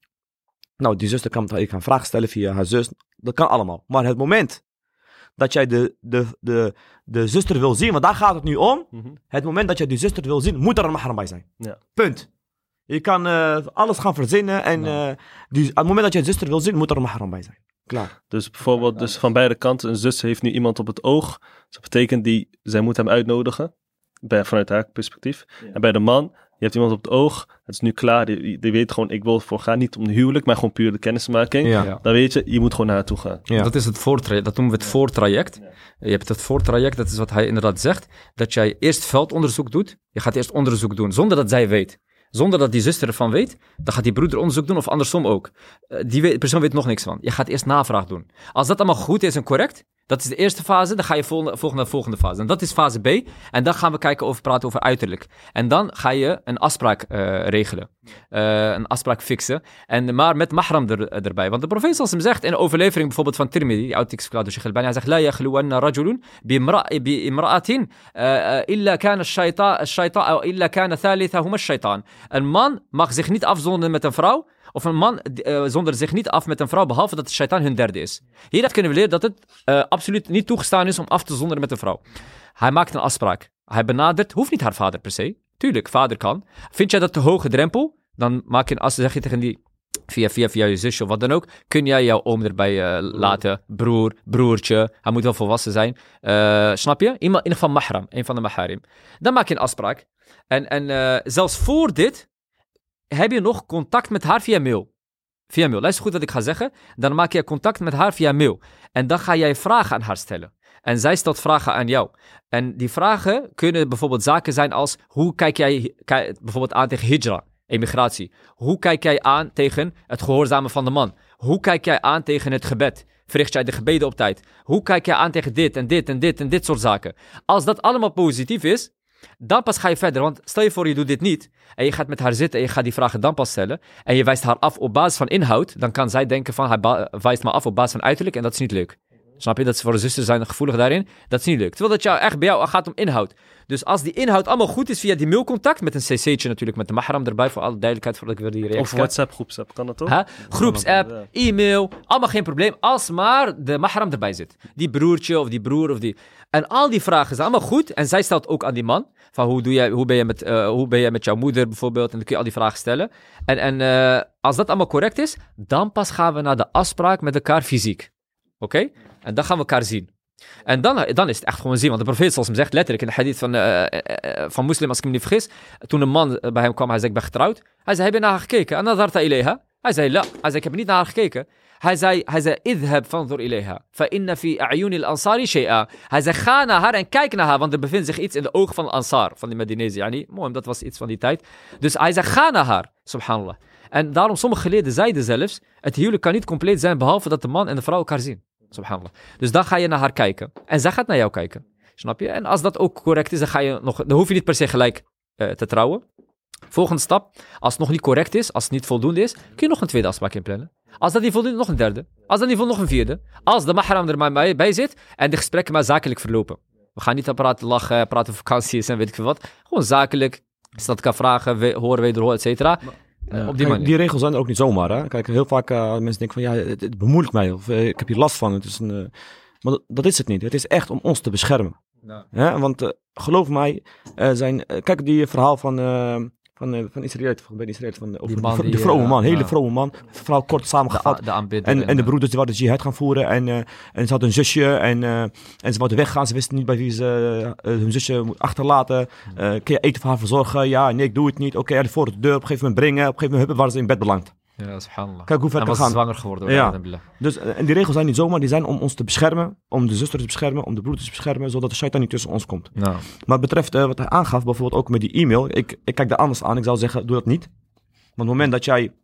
Nou, die zuster kan, ik kan vragen stellen via haar zus, dat kan allemaal. Maar het moment dat jij de, de, de, de zuster wil zien, want daar gaat het nu om. Mm-hmm. Het moment dat jij die zuster wil zien, moet er een mahram bij zijn. Ja. Punt. Je kan uh, alles gaan verzinnen en ja. uh, die, op het moment dat jij de zuster wil zien, moet er een mahram bij zijn. Klaar. Dus bijvoorbeeld dus van beide kanten, een zus heeft nu iemand op het oog. Dus dat betekent, die, zij moet hem uitnodigen, bij, vanuit haar perspectief. Ja. En bij de man, je hebt iemand op het oog, het is nu klaar, die, die weet gewoon, ik wil ervoor gaan, niet om de huwelijk, maar gewoon puur de kennismaking. Ja. Ja. Dan weet je, je moet gewoon naar haar toe gaan. Ja. Dat is het voortraject, dat noemen we het voortraject. Ja. Je hebt het voortraject, dat is wat hij inderdaad zegt, dat jij eerst veldonderzoek doet. Je gaat eerst onderzoek doen, zonder dat zij weet. Zonder dat die zuster ervan weet, dan gaat die broeder onderzoek doen of andersom ook. Die weet, persoon weet nog niks van. Je gaat eerst navraag doen. Als dat allemaal goed is en correct, dat is de eerste fase, dan ga je volgende, volgende naar de volgende fase. En dat is fase B. En dan gaan we kijken over praten over uiterlijk. En dan ga je een afspraak uh, regelen. Uh, een afspraak fixen. En, maar met mahram er, erbij. Want de profeet zoals hem zegt in de overlevering bijvoorbeeld van Tirmidhi, die oud-tekst verklaard door Sheikh Albani, hij zegt, La yakhluwanna rajulun bi-imra'atin illa kana ash-shaytan illa kana thalitahuma ash-shaytan. Een man mag zich niet afzonderen met een vrouw. Of een man uh, zondert zich niet af met een vrouw, behalve dat de shaitaan hun derde is. Hieruit kunnen we leren dat het uh, absoluut niet toegestaan is om af te zonderen met een vrouw. Hij maakt een afspraak. Hij benadert, hoeft niet haar vader per se. Tuurlijk, vader kan. Vind jij dat te hoge drempel? Dan maak je een afspraak, zeg je tegen die, via, via, via je zusje of wat dan ook. Kun jij jouw oom erbij uh, laten? Broer, broertje. Hij moet wel volwassen zijn. Uh, snap je? In ieder geval mahram, een van de maharim. Dan maak je een afspraak. En, en uh, zelfs voor dit heb je nog contact met haar via mail. Via mail. Luister goed wat ik ga zeggen. Dan maak je contact met haar via mail. En dan ga jij vragen aan haar stellen. En zij stelt vragen aan jou. En die vragen kunnen bijvoorbeeld zaken zijn als, hoe kijk jij kijk, bijvoorbeeld aan tegen hijra, emigratie? Hoe kijk jij aan tegen het gehoorzamen van de man? Hoe kijk jij aan tegen het gebed? Verricht jij de gebeden op tijd? Hoe kijk jij aan tegen dit en dit en dit en dit soort zaken? Als dat allemaal positief is, dan pas ga je verder. Want stel je voor je doet dit niet en je gaat met haar zitten en je gaat die vragen dan pas stellen en je wijst haar af op basis van inhoud, dan kan zij denken van, hij ba- wijst me af op basis van uiterlijk en dat is niet leuk. Snap je? Dat ze voor de zusters zijn gevoelig daarin. Dat is niet leuk. Terwijl dat jou echt bij jou gaat om inhoud. Dus als die inhoud allemaal goed is via die mailcontact, met een cc'tje natuurlijk, met de mahram erbij, voor alle duidelijkheid, voordat ik weer die reactie Of WhatsApp groepsapp, kan dat toch? Huh? Groepsapp, ja. E-mail, allemaal geen probleem, als maar de mahram erbij zit. Die broertje of die broer of die... En al die vragen zijn allemaal goed. En zij stelt ook aan die man, van hoe, doe jij, hoe, ben, je met, uh, hoe ben je met jouw moeder bijvoorbeeld, en dan kun je al die vragen stellen. En, en uh, als dat allemaal correct is, dan pas gaan we naar de afspraak met elkaar fysiek. Oké? Okay? En dan gaan we elkaar zien. En dan, dan is het echt gewoon zien. Want de profeet zoals hem zegt, letterlijk in de hadith van, uh, uh, uh, van moslim, als ik me niet vergis, toen een man bij hem kwam, hij zei, ik ben getrouwd. Hij zei, heb je naar haar gekeken? En nadarta ilayha? Hij zei, la. Hij zei, ik heb niet naar haar gekeken. Hij zei, hij zei, idhab fanzur ilayha. Fa inna fi a'yuni al-ansari shay'a. Hij zei, ga naar haar en kijk naar haar, want er bevindt zich iets in de ogen van de Ansar, van die Medinezen. Yani, mooi, dat was iets van die tijd. Dus hij zei, ga naar haar, subhanallah. En daarom, sommige geleerden zeiden zelfs, het huwelijk kan niet compleet zijn, behalve dat de man en de vrouw elkaar zien. Subhanallah. Dus dan ga je naar haar kijken. En zij gaat naar jou kijken. Snap je? En als dat ook correct is, dan, ga je nog, dan hoef je niet per se gelijk uh, te trouwen. Volgende stap. Als het nog niet correct is, als het niet voldoende is, kun je nog een tweede afspraak inplannen. Als dat niet voldoende is, nog een derde. Als dat niet voldoende, nog een vierde. Als de mahram er maar bij, bij zit en de gesprekken maar zakelijk verlopen. We gaan niet aan praten, lachen, praten over vakanties en weet ik veel wat. Gewoon zakelijk. Als dat kan vragen, we, horen, wederhoor, et cetera. Uh, op die, Kijk, die regels zijn er ook niet zomaar. Hè? Kijk, heel vaak uh, mensen denken van ja, het, het bemoeilijkt mij of uh, ik heb hier last van. Het is een, uh, maar dat, dat is het niet. Het is echt om ons te beschermen. Ja. Ja, want uh, geloof mij, uh, zijn, uh, kijk die verhaal van, uh, van, uh, van Israël, van de Israël, van over die, die, die vrome man, uh, hele ja. vrome man, vrouw kort samengevat. De, de en, en de broeders die wilden jihad gaan voeren en, uh, en ze hadden een zusje en, uh, en ze wilden weggaan. Ze wisten niet bij wie ze uh, hun zusje moet achterlaten. Uh, kun je eten voor haar verzorgen? Ja, nee, ik doe het oké, okay, voor de deur, op een gegeven moment brengen, op een gegeven moment waren ze in bed beland. Ja, subhanallah. Kijk hoe ver en kan was gaan. zwanger geworden. Ja. Dus, en die regels zijn niet zomaar, die zijn om ons te beschermen, om de zusters te beschermen, om de broeders te beschermen, zodat de shaitan niet tussen ons komt. Ja. Maar het betreft uh, wat hij aangaf, bijvoorbeeld ook met die e-mail, ik, ik kijk daar anders aan, ik zou zeggen, doe dat niet. Want op het moment dat jij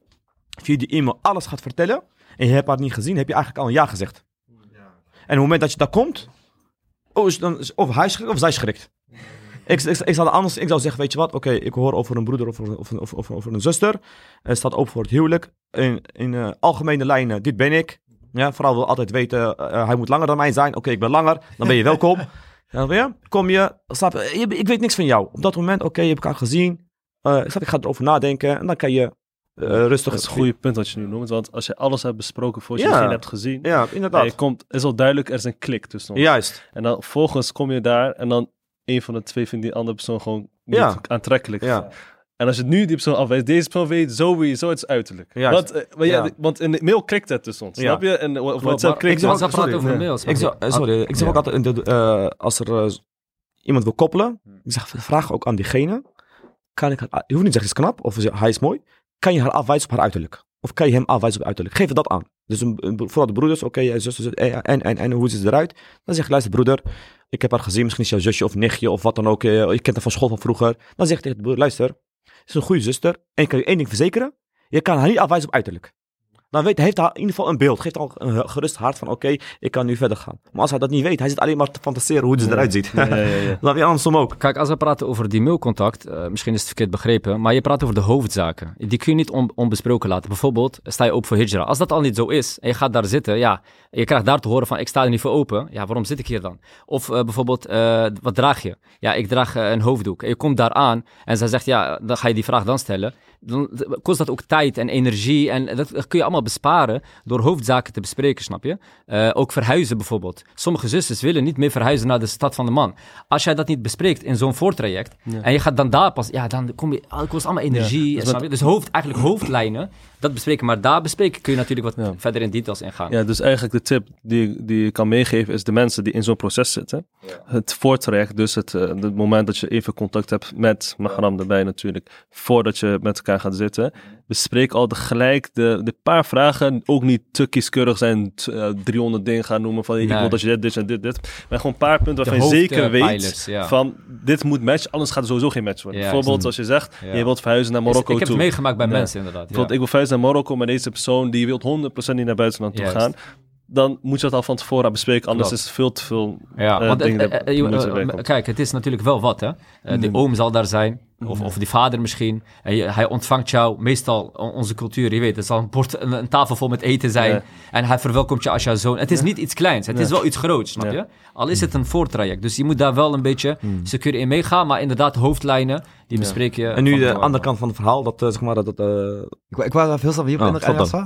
via die e-mail alles gaat vertellen en je hebt haar niet gezien, heb je eigenlijk al een ja gezegd. En op het moment dat je daar komt, oh, is dan, of hij schrikt of zij schrikt. Ik, ik, ik, zou anders, ik zou zeggen, weet je wat, oké, okay, ik hoor over een broeder of, of, of, of over een zuster. Het staat open voor het huwelijk. In, in uh, algemene lijnen, dit ben ik. Ja, vrouw wil altijd weten, uh, hij moet langer dan mij zijn. Oké, okay, ik ben langer, dan ben je welkom. Dan ben je, kom je, snap je, ik weet niks van jou. Op dat moment, oké, okay, je hebt elkaar gezien. Uh, ik, ik ga erover nadenken en dan kan je uh, rustig... Dat is een goede punt wat je nu noemt, want als je alles hebt besproken voordat je ja. degene hebt gezien... Ja, inderdaad. Je komt, is al duidelijk, er is een klik tussen ons. Juist. En dan vervolgens kom je daar en dan een van de twee vindt die andere persoon gewoon niet ja. aantrekkelijk. Ja. En als je nu die persoon afwijst, deze persoon weet sowieso het uiterlijk. Want, uh, maar ja, ja. want in de mail klikt het tussen ons, ja. snap je? En of WhatsApp klikt het. Ik praat over mails. Ik zou, sorry, ik zeg ook altijd, uh, als er uh, iemand wil koppelen, ik zeg, vraag ook aan diegene, kan ik haar, je hoeft niet te zeggen, is knap, of hij is mooi, kan je haar afwijzen op haar uiterlijk? Of kan je hem afwijzen op uiterlijk? Geef dat aan. Dus een, een, vooral de broeders, oké, okay, zusters, en, en, en, en hoe ziet ze eruit? Dan zeg je, luister broeder, ik heb haar gezien, misschien is jouw zusje of nichtje of wat dan ook, je kent haar van school van vroeger. Dan zeg je tegen de broeder, luister, het is een goede zuster en ik kan je één ding verzekeren, je kan haar niet afwijzen op uiterlijk. Dan weet, heeft hij in ieder geval een beeld, geeft al een gerust hart van oké, okay, ik kan nu verder gaan. Maar als hij dat niet weet, hij zit alleen maar te fantaseren hoe het ja. eruit ziet. Ja, ja, ja. Dan heb je andersom ook. Kijk, als we praten over die mailcontact, uh, misschien is het verkeerd begrepen, maar je praat over de hoofdzaken. Die kun je niet on- onbesproken laten. Bijvoorbeeld, sta je open voor hijra. Als dat al niet zo is en je gaat daar zitten, ja, je krijgt daar te horen van ik sta er niet voor open. Ja, waarom zit ik hier dan? Of uh, bijvoorbeeld, uh, wat draag je? Ja, ik draag uh, een hoofddoek. En je komt daar aan en zij zegt ja, dan ga je die vraag dan stellen. Dan kost dat ook tijd en energie en dat, dat kun je allemaal besparen door hoofdzaken te bespreken, snap je? Uh, ook verhuizen bijvoorbeeld. Sommige zusters willen niet meer verhuizen naar de stad van de man. Als jij dat niet bespreekt in zo'n voortraject ja. en je gaat dan daar pas, ja, dan kom je, het kost allemaal energie, ja, dus, snap je? Dus hoofd, eigenlijk hoofdlijnen, dat bespreken. Maar daar bespreken kun je natuurlijk wat ja. verder in details ingaan. Ja, dus eigenlijk de tip die, die je kan meegeven is de mensen die in zo'n proces zitten. Ja. Het voortraject, dus het, uh, het moment dat je even contact hebt met Mahram erbij natuurlijk, voordat je met elkaar gaat zitten. Bespreek al gelijk de, de paar vragen, ook niet te kieskeurig zijn, t, uh, driehonderd dingen gaan noemen van nee. ik wil dat je dit, dit en dit, dit. Maar gewoon een paar punten waarvan je zeker weet pijlers, ja. van dit moet matchen, anders gaat er sowieso geen match worden. Ja, bijvoorbeeld als je zegt, ja. je wilt verhuizen naar Marokko toe. Ik heb toe. het meegemaakt bij ja. mensen inderdaad. Ja. Bijvoorbeeld ik wil verhuizen naar Marokko, maar deze persoon die wil honderd procent niet naar buitenland toe gaan. Dan moet je dat al van tevoren bespreken, anders Klopt. is het veel te veel ja, uh, want dingen. Het, uh, uh, uh, uh, kijk, het is natuurlijk wel wat, hè. Uh, mm. De oom zal daar zijn, of, mm. of die vader misschien. En je, hij ontvangt jou, meestal onze cultuur, je weet, het zal een, bord, een, een tafel vol met eten zijn. Ja. En hij verwelkomt je als jouw zoon. Het is ja. niet iets kleins, het ja. is wel iets groots, snap ja. je? Al is het een voortraject. Dus je moet daar wel een beetje mm. secuur in meegaan, maar inderdaad hoofdlijnen, die ja. bespreek je. En nu de andere kant van het verhaal, dat uh, zeg maar, dat... dat uh... Ik, ik wou even heel hier in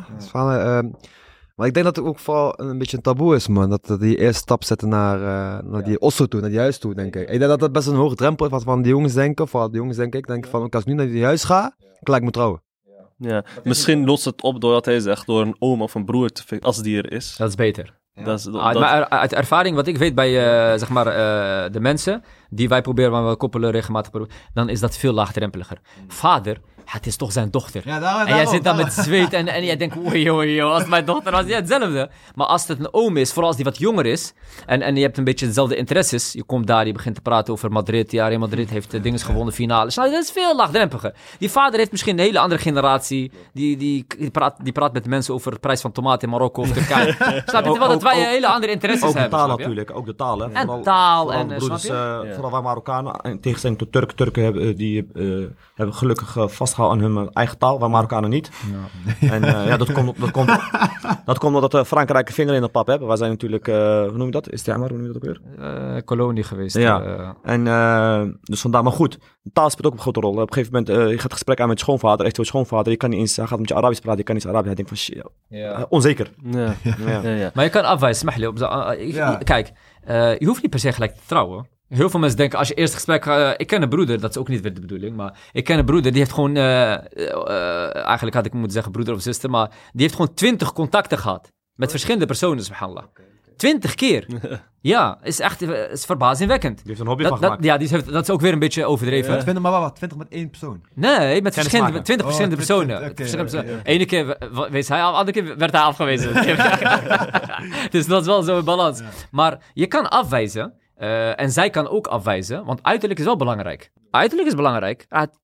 de Maar ik denk dat het ook vooral een beetje een taboe is, man. Dat, dat die eerste stap zetten naar, uh, naar die Oslo toe, naar die huis toe, denk ik. Ik denk dat dat best een hoge drempel is wat van die jongens denken. Vooral de jongens denk ik. Denk van, als ik nu naar die huis ga, gelijk moet trouwen. Ja, misschien lost het op doordat hij zegt door een oom of een broer te fixen, als die er is. Dat is beter. Ja. Dat is, dat, ah, maar uit ervaring, wat ik weet bij uh, zeg maar, uh, de mensen die wij proberen, waar we koppelen regelmatig proberen, dan is dat veel laagdrempeliger. Vader, het is toch zijn dochter. Ja, daar, en jij zit dan met zweet en, en jij denkt, oei, oei, oei, als mijn dochter was, ja, hetzelfde. Maar als het een oom is, vooral als die wat jonger is, en, en je hebt een beetje dezelfde interesses, je komt daar, je begint te praten over Madrid, ja, Real Madrid heeft uh, dingen gewonnen, finales. Nou, dat is veel laagdrempeliger. Die vader heeft misschien een hele andere generatie, die, die, die, praat, die praat met mensen over de prijs van tomaten in Marokko of Turkije. Snap je? Terwijl dat wij hele andere interesses ook hebben. Ook de taal natuurlijk, ook de taal. Hè. En vooral, taal. Vooral en broeders, uh, uh, ja. Vooral wij Marokkanen, in tegenstelling tot Turken, Turken hebben, die uh, hebben gelukkig uh, vastgehouden aan hun eigen taal, wij Marokkanen niet. Ja. En uh, ja, dat komt, dat komt, dat komt omdat uh, Frankrijk een vinger in de pap hebben. Wij zijn natuurlijk, uh, hoe noem je dat? Is het maar, hoe noem je dat ook weer? Uh, kolonie geweest. Ja, uh, en uh, dus vandaar, maar goed, de taal speelt ook een grote rol. Op een gegeven moment, uh, je gaat gesprek aan met je schoonvader, echt je schoonvader, je kan niet eens, hij gaat met je Arabisch praten, je kan niet eens Arabisch, hij denkt van, shit, ja. uh, onzeker. Ja. Ja. Ja. Ja, ja. Maar je kan afwijzen, Mahli, op uh, ja. Kijk, uh, je hoeft niet per se gelijk te trouwen. Heel veel mensen denken, als je eerst gesprek... Uh, ik ken een broeder, dat is ook niet weer de bedoeling, maar... Ik ken een broeder, die heeft gewoon... Uh, uh, eigenlijk had ik moeten zeggen broeder of zuster, maar... Die heeft gewoon twintig contacten gehad. Met verschillende personen, subhanallah. Twintig keer. Ja, is echt is verbazingwekkend. Die heeft een hobby dat, van dat, gemaakt. Ja, die heeft, dat is ook weer een beetje overdreven. Ja, twintig, maar wat? twintig met één persoon? Nee, met verschillende, twintig oh, verschillende twintig, personen. okay, verschillende okay, personen. Ene keer w- wees hij af, andere keer werd hij afgewezen. Dus dat is wel zo'n balans. Ja. Maar je kan afwijzen. Uh, en zij kan ook afwijzen, want uiterlijk is wel belangrijk. Uiterlijk is belangrijk. Uh,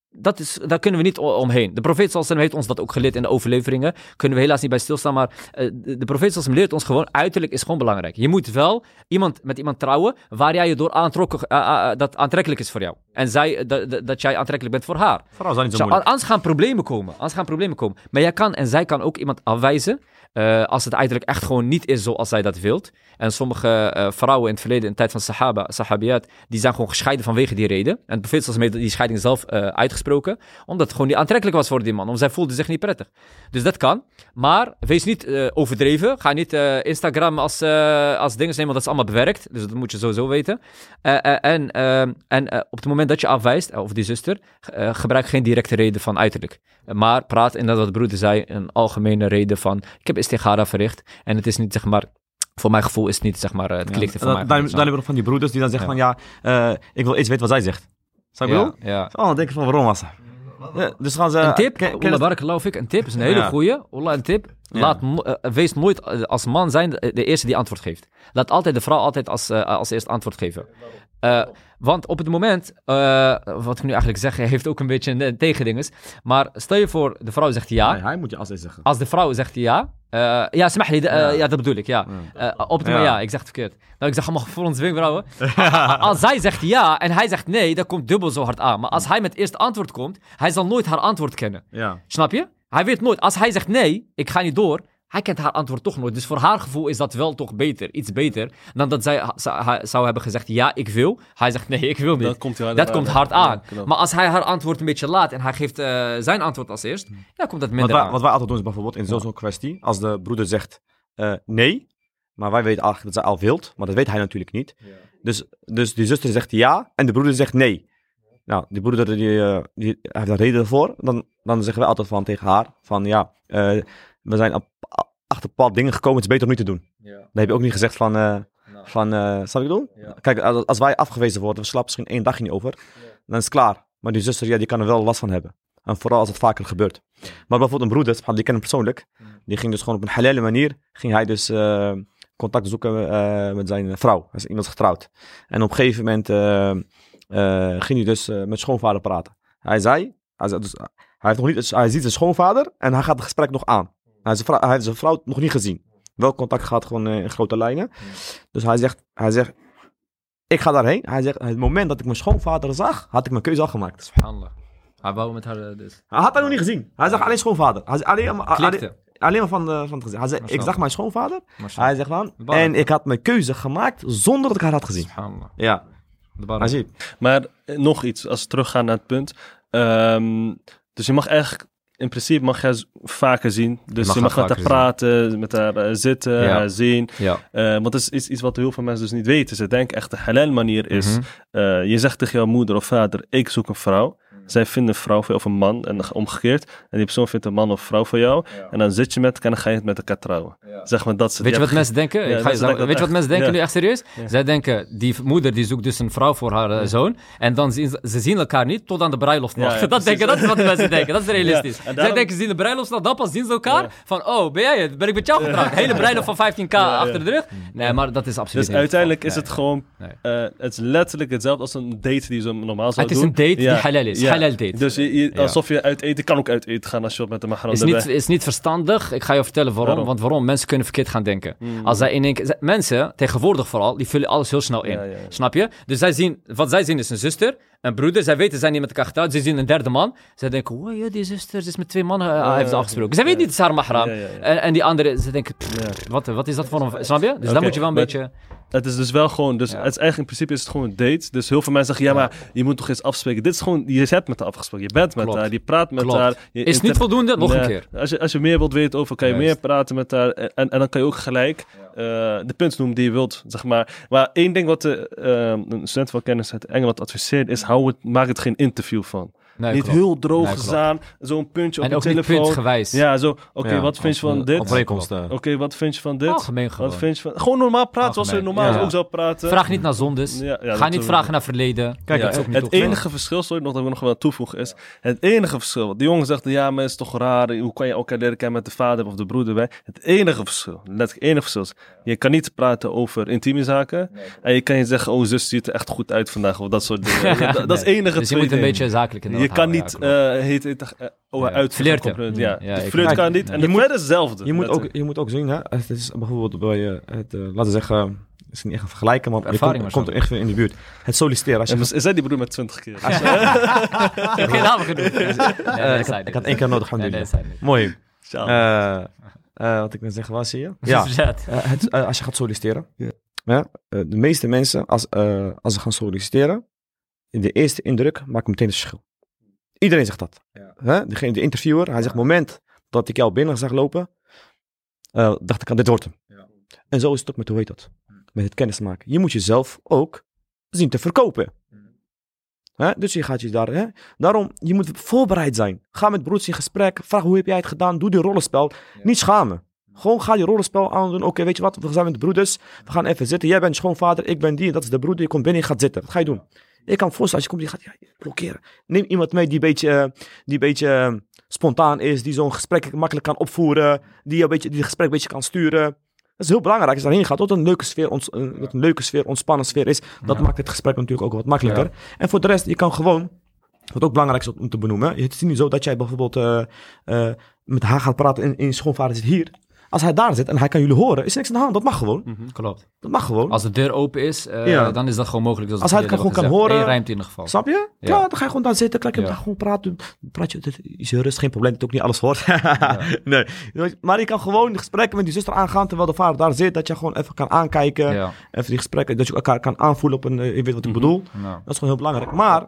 dat is, daar kunnen we niet omheen. De profeet sallallahu alaihi wasallam heeft ons dat ook geleerd in de overleveringen. Kunnen we helaas niet bij stilstaan, maar uh, de, de profeet sallallahu alaihi wasallam leert ons gewoon, uiterlijk is gewoon belangrijk. Je moet wel iemand, met iemand trouwen waar jij je door aantrokken, uh, uh, dat aantrekkelijk is voor jou. En zij, dat, dat, dat jij aantrekkelijk bent voor haar. Vrouw is niet zo moeilijk. Anders gaan problemen komen. Anders gaan problemen komen. Maar jij kan en zij kan ook iemand afwijzen. Uh, als het uiterlijk echt gewoon niet is zoals zij dat wilt. En sommige uh, vrouwen in het verleden, in de tijd van Sahaba, Sahabiyat, die zijn gewoon gescheiden vanwege die reden. En de profeet heeft die scheiding zelf uh, uitgesproken, omdat het gewoon niet aantrekkelijk was voor die man. Omdat zij voelde zich niet prettig. Dus dat kan. Maar wees niet uh, overdreven. Ga niet uh, Instagram als, uh, als dingen nemen, want dat is allemaal bewerkt. Dus dat moet je sowieso weten. Uh, uh, en uh, en uh, op het moment dat je afwijst, uh, of die zuster, uh, gebruik geen directe reden van uiterlijk. Uh, maar praat inderdaad wat de broeder zei, een algemene reden van, ik heb istighara verricht. En het is niet, zeg maar, voor mijn gevoel is het niet, zeg maar, het klikte ja, voor mij. Daar hebben we van die broeders die dan zeggen ja. van, ja, uh, ik wil eens weten wat zij zegt. Zou ik ja, bedoel? ja. Oh, dan denk ik van, waarom was dat? Ja, dus gaan ze... Een tip, ken, Ola Barakallahu fik, een tip is een hele ja. goeie. Ola, een tip. Ja. Laat, uh, wees nooit uh, als man zijn de, de eerste die antwoord geeft. Laat altijd de vrouw altijd als, uh, als eerste antwoord geven. Uh, want op het moment, uh, wat ik nu eigenlijk zeg, heeft ook een beetje een, een tegendinges. Maar stel je voor, de vrouw zegt ja. Nee, hij moet je als eerste zeggen. Als de vrouw zegt ja. Uh, ja, smahli, uh, ja. ja, dat bedoel ik, ja. ja. Uh, op het moment ja. ja, ik zeg het verkeerd. Nou, ik zeg allemaal voor ons wenkbrauwen. Als zij zegt ja en hij zegt nee, dan komt dubbel zo hard aan. Maar als hij met het eerste antwoord komt, hij zal nooit haar antwoord kennen. Ja. Snap je? Hij weet nooit. Als hij zegt nee, ik ga niet door, hij kent haar antwoord toch nooit. Dus voor haar gevoel is dat wel toch beter. Iets beter dan dat zij ha- zou hebben gezegd ja, ik wil. Hij zegt nee, ik wil niet. Dat komt, dat aan, komt hard aan. Ja, maar als hij haar antwoord een beetje laat en hij geeft uh, zijn antwoord als eerst, dan komt dat minder wat wij, aan. Wat wij altijd doen is bijvoorbeeld in zo'n ja. kwestie, als de broeder zegt uh, nee, maar wij weten eigenlijk dat zij al wilt, maar dat weet hij natuurlijk niet. Ja. Dus, dus die zuster zegt ja en de broeder zegt nee. Nou, die broeder die, uh, die heeft een reden ervoor. Dan, dan zeggen we altijd van tegen haar van ja, uh, we zijn op, achter bepaalde dingen gekomen, het is beter om niet te doen. Ja. Dan heb je ook niet gezegd van, uh, no. van uh, zal ik doen? Ja. Kijk, als, als wij afgewezen worden, we slapen misschien één dagje niet over, ja. dan is het klaar. Maar die zuster, ja, die kan er wel last van hebben. En vooral als het vaker gebeurt. Maar bijvoorbeeld een broeder, die ken hem persoonlijk, die ging dus gewoon op een halale manier, ging hij dus uh, contact zoeken uh, met zijn vrouw. Hij is iemand getrouwd. En op een gegeven moment uh, uh, ging hij dus uh, met schoonvader praten. Hij zei, hij, zei dus, hij, heeft nog niet, hij ziet zijn schoonvader en hij gaat het gesprek nog aan. Hij heeft, vrouw, hij heeft zijn vrouw nog niet gezien. Wel contact gehad, gewoon uh, in grote lijnen. Mm. Dus hij zegt, hij zegt, ik ga daarheen. Hij zegt, het moment dat ik mijn schoonvader zag, had ik mijn keuze al gemaakt. Subhanallah. Hij wou met haar dus. Hij had haar nog niet gezien. Hij zag alleen schoonvader. Hij zegt, alleen, alleen, alleen maar van, de, van het gezin. Hij zegt, ik zag mijn schoonvader. Hij zegt dan, en ik had mijn keuze gemaakt zonder dat ik haar had gezien. Subhanallah. Ja. Maar nog iets, als we teruggaan naar het punt. Um, dus je mag eigenlijk, in principe mag je vaker zien. Dus je mag, je mag met haar praten, zien. met haar uh, zitten, ja. haar zien. Ja. Uh, want dat is, is iets wat heel veel mensen dus niet weten. Ze denken echt de halal manier is, mm-hmm. uh, je zegt tegen jouw moeder of vader, ik zoek een vrouw. Zij vinden een vrouw voor of een man en omgekeerd. En die persoon vindt een man of vrouw voor jou. Ja. En dan zit je met elkaar en dan ga je het met elkaar trouwen. Ja. Zeg maar dat ze weet je wat mensen denken? Ja, ga je, weet je wat echt, mensen denken ja. nu echt serieus? Ja. Zij denken, die moeder die zoekt dus een vrouw voor haar ja. zoon. En dan zien ze, ze zien elkaar niet tot aan de bruiloftnacht. Ja, ja, dat, denken, dat is wat de mensen denken. Dat is realistisch. Ja. Daarom... Zij denken, ze zien de bruiloftnacht, dan pas zien ze elkaar. Ja. Van, oh, ben jij het? Ben ik met jou getrouwd? Ja. Hele bruiloft van vijftien k ja, ja. achter de rug. Nee, maar dat is absoluut dus niet. Dus uiteindelijk is het gewoon, uh, het is letterlijk hetzelfde als een date die ze normaal zou doen. Het is doen. een date die halal is. Halal date. Dus je, alsof je uit eten kan ook uit eten gaan als je met de mahram is niet, is niet verstandig. Ik ga je vertellen waarom. waarom? Want waarom? Mensen kunnen verkeerd gaan denken. Mm. Als zij in één keer, mensen, tegenwoordig vooral, die vullen alles heel snel in. Ja, ja, ja. Snap je? Dus zij zien, wat zij zien is een zuster, een broeder. Zij weten, ze zijn niet met elkaar getrouwd. Ze zien een derde man. Zij denken, oh ja, die zuster, ze is met twee mannen uh, ja, heeft ze afgesproken. Zij ja. weten niet, het is haar mahram. Ja, ja, ja. En, en die andere, ze denken, pff, ja. wat, wat is dat voor een... Snap je? Dus okay. dan moet je wel een maar beetje... Het is dus wel gewoon, dus ja. het is eigenlijk in principe is het gewoon een date. Dus heel veel mensen zeggen, ja, maar je moet toch eens afspreken. Dit is gewoon, je hebt met haar afgesproken. Je bent met Klopt. haar, je praat met Klopt. haar. Je is inter... niet voldoende? Nog nee. een keer. Als je, als je meer wilt weten over, kan je Juist. meer praten met haar. En, en dan kan je ook gelijk ja. uh, de punten noemen die je wilt, zeg maar. Maar één ding wat de, uh, een student van kennis uit Engeland adviseert is, hou het, maak het geen interview van. Nee, niet klopt. heel droog nee, gedaan, zo'n puntje en op je telefoon. En ook puntgewijs. Ja, zo, oké, okay, ja, wat vind je van dit? Oké, okay, wat vind je van dit? Algemeen gewoon. Wat vind je van... Gewoon normaal praten, Algemeen. zoals je normaal ja. ook zou praten. Vraag niet naar zondes. Ja, ja, Ga niet vragen naar verleden. Kijk, ja, het, het, het enige veel. verschil, sorry, nog dat ik nog wel toevoegen, is het enige verschil. Die jongen zegt, ja, maar het is toch raar, hoe kan je elkaar leren kennen met de vader of de broeder bij? Het enige verschil, letterlijk het enige verschil is, je kan niet praten over intieme zaken nee, en je kan je zeggen, oh, zus ziet er echt goed uit vandaag, of dat soort dingen. dat, dat is het enige. Dus je moet een beetje zakelijk in je kan niet, ja, uh, heet het, uh, oh, ja. uit flirten. Ja, ja, de flirt kan niet. En de tweede is hetzelfde. Je moet ook, je moet ook zien, hè. Het is bijvoorbeeld bij uh, het, uh, laten we zeggen, het is niet echt een vergelijken, maar ervaring je komt, komt er echt in de buurt. Het solliciteren. Als je ja, is hij die broer met twintig keer? Ik heb geen naam genoemd. Ik had één keer nodig gaan doen. Mooi. Uh, uh, wat ik net zeggen was, zie je? Ja. uh, het, uh, als je gaat solliciteren. Ja. Ja, uh, de meeste mensen, als, uh, als ze gaan solliciteren, in de eerste indruk maakt meteen een verschil. Iedereen zegt dat. Ja. Huh? Degene, de interviewer, hij ja. zegt, moment dat ik jou binnen zag lopen, uh, dacht ik aan dit wordt hem. Ja. En zo is het ook met, hoe heet dat? Met het kennismaken. Je moet jezelf ook zien te verkopen. He? Dus je gaat je daar... He? Daarom, je moet voorbereid zijn. Ga met broers in gesprek. Vraag hoe heb jij het gedaan. Doe die rollenspel. Ja. Niet schamen. Gewoon ga je rollenspel aandoen. Oké, okay, weet je wat? We zijn met de broeders. We gaan even zitten. Jij bent schoonvader. Ik ben die. Dat is de broeder. Je komt binnen. Je gaat zitten. Wat ga je doen? Ik kan voorstellen. Als je komt, je gaat ja, blokkeren. Neem iemand mee die een beetje, die beetje spontaan is. Die zo'n gesprek makkelijk kan opvoeren. Die, een beetje, die het gesprek een beetje kan sturen. Dat is heel belangrijk als je daarheen gaat, dat een leuke sfeer, ons, een, dat een leuke sfeer, ontspannen sfeer is. Dat ja. maakt het gesprek natuurlijk ook wat makkelijker. Ja. En voor de rest, je kan gewoon, wat ook belangrijk is om te benoemen, het is niet zo dat jij bijvoorbeeld uh, uh, met haar gaat praten in, in schoonvader zit hier. Als hij daar zit en hij kan jullie horen, is er niks aan de hand. Dat mag gewoon. Mm-hmm. Klopt. Dat mag gewoon. Als de deur open is, uh, ja. dan is dat gewoon mogelijk. Als hij het kan, gewoon kan horen. Eén ruimte in ieder geval. Snap je? Ja, ja dan ga je gewoon daar zitten. Kijk, je ja. gewoon praten. Praat je, is je rust, geen probleem dat je ook niet alles hoort. ja. Nee. Maar je kan gewoon gesprekken met die zuster aangaan terwijl de vader daar zit. Dat je gewoon even kan aankijken. Ja. Even die gesprekken, dat je elkaar kan aanvoelen op een, uh, je weet wat ik mm-hmm. bedoel. Ja. Dat is gewoon heel belangrijk. Maar,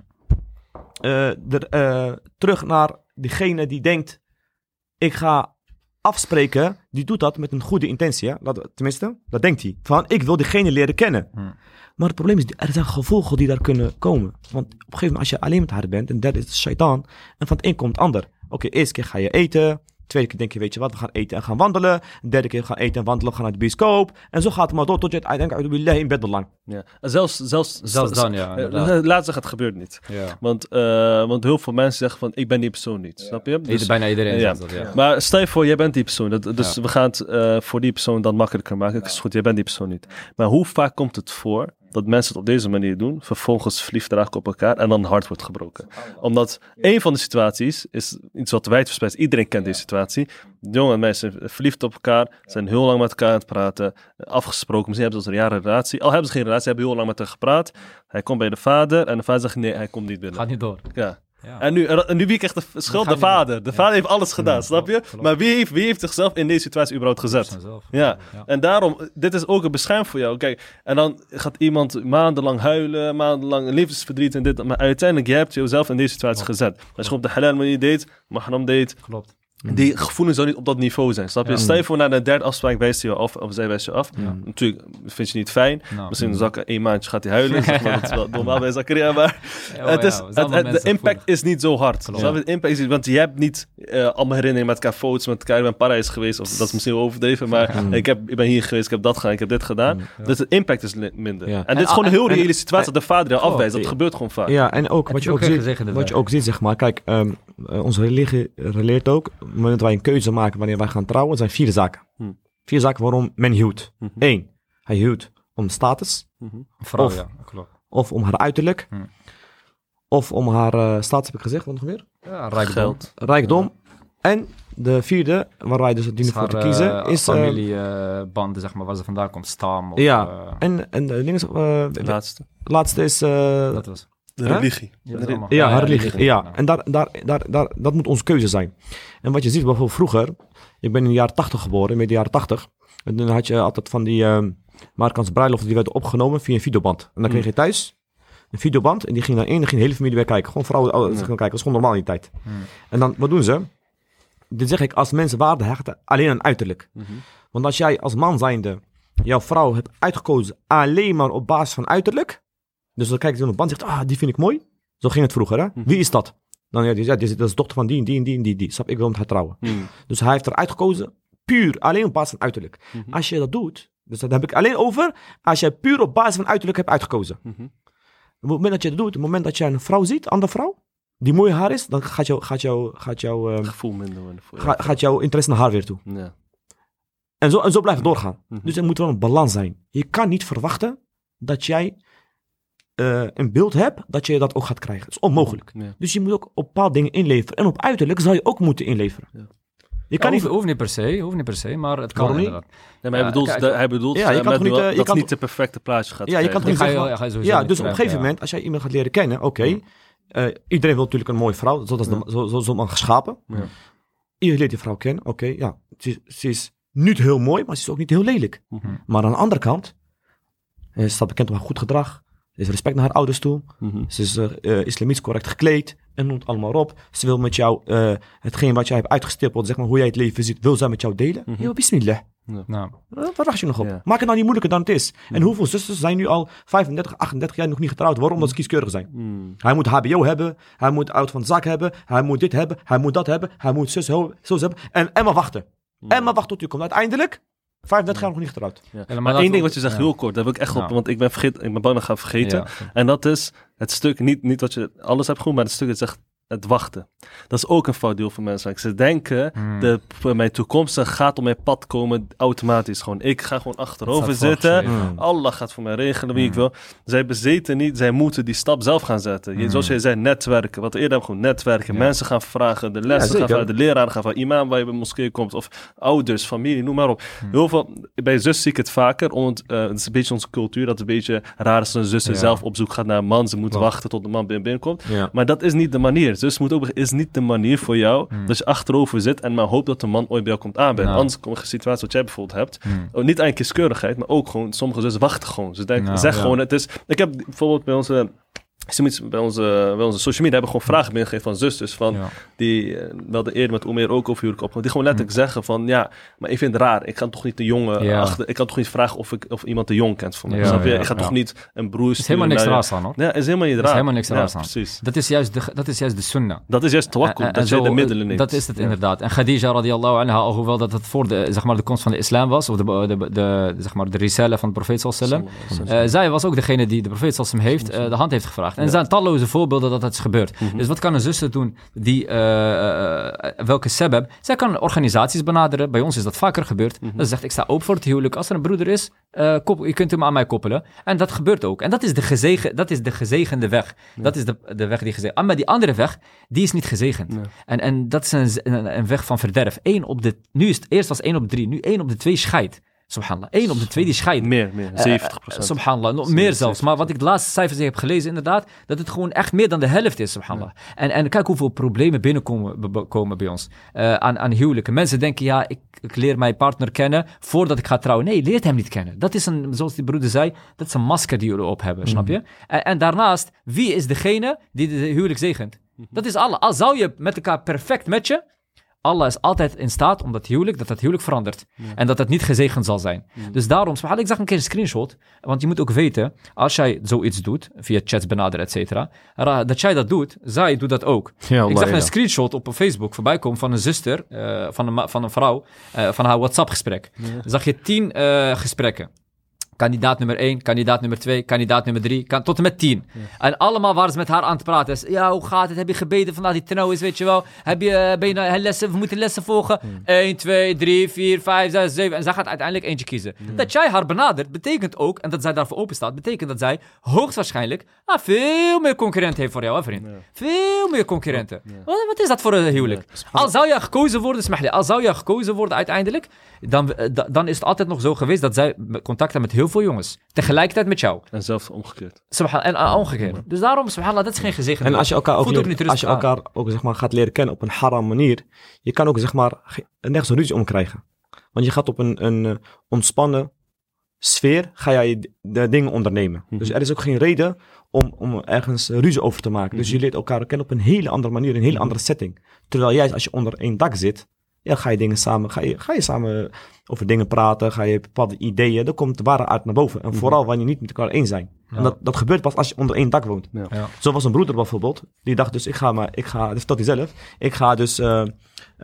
uh, der, uh, terug naar diegene die denkt, ik ga afspreken, die doet dat met een goede intentie. Hè? Dat, tenminste, dat denkt hij. Van, ik wil diegene leren kennen. Hmm. Maar het probleem is, er zijn gevolgen die daar kunnen komen. Want op een gegeven moment, als je alleen met haar bent, en dat is de shaitaan, en van het een komt het ander. Oké, okay, eerste keer ga je eten. Tweede keer denk je, weet je wat, we gaan eten en gaan wandelen. Derde keer gaan eten en wandelen, we gaan naar de bioscoop. En zo gaat het maar door tot je het uiteindelijk in bed belangt. Ja, zelfs, zelfs, zelfs dan, ja. Uh, laat zeggen, het gebeurt niet. Ja. Want, uh, want heel veel mensen zeggen van, ik ben die persoon niet. Ja. Snap je? Dus, bijna iedereen uh, ja. zegt dat, ja. Maar stel je voor, jij bent die persoon. Dat, dus ja. we gaan het uh, voor die persoon dan makkelijker maken. Ja. Is goed, jij bent die persoon niet. Maar hoe vaak komt het voor dat mensen het op deze manier doen, vervolgens verliefd raken op elkaar en dan een hart wordt gebroken? Omdat een van de situaties is iets wat wijdverspreid is. Iedereen kent deze situatie. Jonge mensen zijn verliefd op elkaar, zijn heel lang met elkaar aan het praten, afgesproken. Misschien hebben ze al een jaar relatie. Al hebben ze geen relatie, ze hebben heel lang met elkaar gepraat. Hij komt bij de vader en de vader zegt nee, hij komt niet binnen. Gaat niet door. Ja. Ja. En, nu, en nu wie krijgt de schuld? De vader. De ja. vader heeft alles gedaan, ja, snap je? Klopt. Maar wie heeft, wie heeft zichzelf in deze situatie überhaupt gezet? Ja. ja. En daarom, dit is ook een bescherm voor jou. Kijk, en dan gaat iemand maandenlang huilen, maandenlang levensverdriet en dit. Maar uiteindelijk, jij hebt jezelf in deze situatie klopt. gezet. Als je op de halal manier deed, Mahram deed. Klopt. Die gevoelens zou niet op dat niveau zijn, snap je? Ja. Stel je voor, na de derde afspraak wijst hij je af, of zij wijst je af. Ja. Natuurlijk vind je niet fijn. No. Misschien een zak, één maandje gaat hij huilen. Zeg maar, dat is wel normaal bij Zakaria, maar ja, het is, ja, het, het, de impact is niet zo hard. Ja. De impact is niet, want je hebt niet uh, allemaal herinneringen met elkaar, foto's met elkaar. Ik ben in Parijs geweest, of dat is misschien wel overdreven, maar ja. ik, heb, ik ben hier geweest, ik heb dat gedaan, ik heb dit gedaan. Ja. Dus de impact is minder. Ja. En, en dit is gewoon een heel reële situatie, dat de vader jou afwijst. Dat gebeurt gewoon vaak. Ja, en ook, wat je ook, ziet, wat je ook ziet, zeg maar, kijk, um, uh, onze religie leert ook, op het moment dat wij een keuze maken wanneer wij gaan trouwen, er zijn vier zaken. Hmm. Vier zaken waarom men huwt. Mm-hmm. Eén, hij huwt om status. Mm-hmm. Vrouw, of, ja, klopt. Of om haar uiterlijk. Mm. Of om haar uh, status, heb ik gezegd, wat nog meer? Ja, rijkdom. Rijkdom. Ja. En de vierde, waar wij dus dienen voor te kiezen, uh, is... familiebanden, uh, zeg maar, waar ze vandaan komt, stam. Of, ja, uh, en, en de ding is... Uh, de laatste. De laatste is... Uh, dat was... De religie. Ja, de, ja, ja, haar religie. religie. Ja, en daar, daar, daar, daar, dat moet onze keuze zijn. En wat je ziet bijvoorbeeld vroeger, ik ben in de jaren tachtig geboren, in de jaren tachtig. En dan had je altijd van die uh, Marokkaanse bruiloften, die werden opgenomen via een videoband. En dan kreeg je thuis een videoband en die ging naar één, en ging de hele familie weer kijken. Gewoon vrouwen oh, ja. kijken, dat is gewoon normaal in die tijd. Hmm. En dan, wat doen ze? Dit zeg ik, als mensen waarde hechten alleen aan uiterlijk. Mm-hmm. Want als jij als man zijnde jouw vrouw hebt uitgekozen alleen maar op basis van uiterlijk, dus dan kijkt hij op de band en zegt, ah, die vind ik mooi. Zo ging het vroeger, hè. Mm-hmm. Wie is dat? Dan ja, die, ja, die, dat is dochter van die en die en die en die, die. Snap, ik wil met haar trouwen. Mm. Dus hij heeft eruit gekozen, puur, alleen op basis van uiterlijk. Mm-hmm. Als je dat doet, dus dat heb ik alleen over, als je puur op basis van uiterlijk hebt uitgekozen. Mm-hmm. Op het moment dat je dat doet, op het moment dat je een vrouw ziet, een andere vrouw, die mooi haar is, dan gaat jouw gaat jou, gaat jou, um, gevoel minder worden. Voor ga, gaat jouw interesse naar haar weer toe. Ja. En, zo, en zo blijft het doorgaan. Mm-hmm. Dus er moet wel een balans zijn. Je kan niet verwachten dat jij uh, een beeld hebt dat je dat ook gaat krijgen. Dat is onmogelijk. Ja. Dus je moet ook op bepaalde dingen inleveren. En op uiterlijk zal je ook moeten inleveren. Ja. Je kan ja, niet... hoeft niet per se, hoeft niet per se, maar het kan inderdaad. Ja, maar hij bedoelt, uh, kijk, hij bedoelt ja, je kan niet, uh, dat het niet de perfecte plaatje gaat ja, je kan niet zeggen, ja, ja, ja, dus op een gegeven ja. moment, als jij iemand gaat leren kennen, oké, okay, uh, iedereen wil natuurlijk een mooie vrouw, zoals ja. de, zo, zo, zo man geschapen. Ja. Je leert die vrouw kennen, oké, okay, ja, ze, ze is niet heel mooi, maar ze is ook niet heel lelijk. Mm-hmm. Maar aan de andere kant, ze staat bekend om haar goed gedrag, ze heeft respect naar haar ouders toe, mm-hmm. ze is uh, uh, islamitisch correct gekleed, en noemt allemaal op. Ze wil met jou uh, hetgeen wat jij hebt uitgestippeld, zeg maar hoe jij het leven ziet, wil zij met jou delen. Mm-hmm. Ja, bismillah. Ja. Nou. Uh, waar wacht je nog op? Ja. Maak het nou niet moeilijker dan het is. Mm. En hoeveel zusters zijn nu al vijfendertig, achtendertig jaar nog niet getrouwd? Waarom? Omdat ze kieskeurig zijn. Mm. Hij moet H B O hebben, hij moet oud van de zaak hebben, hij moet dit hebben, hij moet dat hebben, hij moet zus, ho, zus hebben. En, en maar wachten. Mm. En maar wachten tot u komt. Uiteindelijk, vijfendertig jaar nog niet getrouwd. Ja. Ja, maar maar één ding wat je zegt, ja. heel kort, daar wil ik echt nou. op, want ik ben vergeten, ik ben bijna gaan vergeten. Ja. En dat is het stuk, niet, niet wat je alles hebt genoemd, maar het stuk dat zegt, het wachten. Dat is ook een fout deel van mensen. Ze denken, hmm. de, mijn toekomstige gaat op mijn pad komen automatisch. Gewoon, ik ga gewoon achterover zitten. Hmm. Allah gaat voor mij regelen wie hmm. ik wil. Zij bezeten niet, zij moeten die stap zelf gaan zetten. Hmm. Je, zoals jij zei, netwerken. Wat we eerder hebben, gewoon netwerken. Ja. Mensen gaan vragen, de lessen ja, gaan vragen, de leraar gaan vragen, imam waar je bij de moskee komt, of ouders, familie, noem maar op. Hmm. Heel veel, bij zus zie ik het vaker, omdat uh, het is een beetje onze cultuur, dat het een beetje raar is dat een zuster ja. zelf op zoek gaat naar een man. Ze moet oh. wachten tot de man binnen binnenkomt. Ja. Maar dat is niet de manier. Dus moet ook is niet de manier voor jou mm. dat je achterover zit en maar hoopt dat de man ooit bij jou komt aanbellen. Nou. Anders komt een situatie wat jij bijvoorbeeld hebt. Mm. Oh, niet eigenlijk kieskeurigheid, maar ook gewoon sommige zussen wachten gewoon. Ze denken, nou, zeg ja. gewoon, het is. Ik heb bijvoorbeeld bij onze bij onze, bij onze social media hebben we gewoon vragen binnengegeven van zusters van ja. die uh, we hadden eerder met Omer ook over huwelijk op, die gewoon letterlijk mm. zeggen van ja, maar ik vind het raar. Ik kan toch niet de jongen ja. achter, ik kan toch niet vragen of ik of iemand de jong kent van mij. Ja, snap je? Ja, ik ga ja. toch niet een broer is helemaal niks raars aan, hoor. Ja, is helemaal niet raar. Is helemaal niks raars ja, aan. Precies. Dat is juist de dat is juist de sunnah. Dat is juist tawakkul, dat je de middelen neemt. Dat is het ja. inderdaad. En Khadija radiyallahu anha, alhoewel dat het voor de zeg maar de komst van de islam was of de de, de, de zeg maar de risale van de profeet sallallahu alaihi wasallam. Uh, zij was ook degene die de profeet sallallahu alaihi wasallam heeft uh, de hand heeft gevraagd. En er zijn talloze voorbeelden dat dat is gebeurd. Mm-hmm. Dus wat kan een zuster doen die, uh, uh, welke sebab? Zij kan organisaties benaderen. Bij ons is dat vaker gebeurd. Mm-hmm. Dat zegt, ik sta open voor het huwelijk. Als er een broeder is, uh, kop, je kunt hem aan mij koppelen. En dat gebeurt ook. En dat is de, gezegen, dat is de gezegende weg. Ja. Dat is de, de weg die gezegend. Maar die andere weg, die is niet gezegend. Ja. En, en dat is een, een, een weg van verderf. Eén op de, nu is het eerst was één op de drie. Nu één op de twee scheidt. Subhanallah. één op de twee die scheidt. Meer, meer. zeventig procent. Uh, subhanallah. Nog meer zelfs. Maar wat ik de laatste cijfers heb gelezen, inderdaad, dat het gewoon echt meer dan de helft is, subhanallah. Ja. En, en kijk hoeveel problemen binnenkomen be, komen bij ons. Uh, aan, aan huwelijken. Mensen denken, ja, ik, ik leer mijn partner kennen voordat ik ga trouwen. Nee, leert hem niet kennen. Dat is een, zoals die broeder zei, dat is een masker die jullie op hebben, mm. snap je? En, en daarnaast, wie is degene die de huwelijk zegent? Mm-hmm. Dat is Allah. Al zou je met elkaar perfect matchen, Allah is altijd in staat om dat huwelijk, dat dat huwelijk verandert. Ja. En dat het niet gezegend zal zijn. Ja. Dus daarom, ik zag een keer een screenshot. Want je moet ook weten, als jij zoiets doet, via chats benaderen, et cetera. Dat jij dat doet, zij doet dat ook. Ja, Allah, ik zag ja. een screenshot op Facebook voorbij komen van een zuster, uh, van, een, van een vrouw, uh, van haar WhatsApp gesprek. Ja. Dan zag je tien uh, gesprekken. Kandidaat nummer één, kandidaat nummer twee, kandidaat nummer drie, kan, tot en met tien. Ja. En allemaal waren ze met haar aan het praten. Dus, ja, hoe gaat het? Heb je gebeden vandaag die trouw is, weet je wel? Heb je, ben je nou, lessen, we moeten lessen volgen? één, twee, drie, vier, vijf, zes, zeven. En zij gaat uiteindelijk eentje kiezen. Ja. Dat jij haar benadert, betekent ook, en dat zij daarvoor open staat, betekent dat zij hoogstwaarschijnlijk ah, veel meer concurrenten heeft voor jou, hè, vriend? Ja. Veel meer concurrenten. Ja. Wat, wat is dat voor een huwelijk? Ja. Al zou je gekozen worden, smahli, al zou je gekozen worden uiteindelijk, dan, dan is het altijd nog zo geweest dat zij contact hebben met heel veel jongens. Tegelijkertijd met jou. En zelfs omgekeerd. En uh, omgekeerd. Dus daarom, subhanallah, dat is geen gezicht. En als je elkaar ook, leer, ook, als je elkaar ook zeg maar, gaat leren kennen op een haram manier, je kan ook zeg maar nergens een ruzie om krijgen. Want je gaat op een, een ontspannen sfeer, ga jij de dingen ondernemen. Mm-hmm. Dus er is ook geen reden om, om ergens ruzie over te maken. Mm-hmm. Dus je leert elkaar kennen op een hele andere manier, een hele mm-hmm. andere setting. Terwijl jij, als je onder één dak zit, ja, ga je dingen samen, ga je, ga je samen over dingen praten, ga je bepaalde ideeën, dan komt de waarheid uit naar boven. En vooral wanneer je niet met elkaar eens zijn. Ja. En dat, dat gebeurt pas als je onder één dak woont. Ja. Ja. Zo was een broeder bijvoorbeeld, die dacht dus, ik ga maar, ik ga, dat vertelt hij zelf, ik ga dus uh, uh,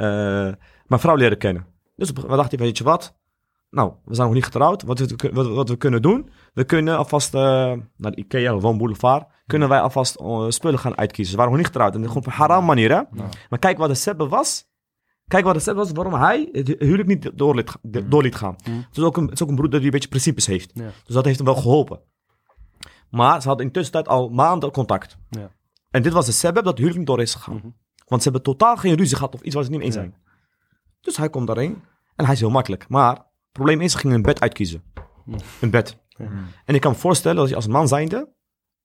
mijn vrouw leren kennen. Dus we dachten, weet je wat? Nou, we zijn nog niet getrouwd. Wat we, wat, wat we kunnen doen, we kunnen alvast uh, naar de Ikea, Woon Boulevard, kunnen wij alvast uh, spullen gaan uitkiezen. Ze waren nog niet getrouwd. En gewoon op een haram manier, hè? Ja. Maar kijk wat de sebbe was. Kijk wat het was, waarom hij het huwelijk niet door liet, door liet gaan. Mm. Het, is ook een, het is ook een broeder die een beetje principes heeft. Ja. Dus dat heeft hem wel geholpen. Maar ze hadden in tussentijd al maanden contact. Ja. En dit was de sebeb dat de huwelijk niet door is gegaan. Mm-hmm. Want ze hebben totaal geen ruzie gehad of iets waar ze niet mee eens zijn. Ja. Dus hij komt daarheen en hij is heel makkelijk. Maar het probleem is, ze gingen een bed uitkiezen. Mm. Een bed. Ja. En ik kan me voorstellen dat je als man zijnde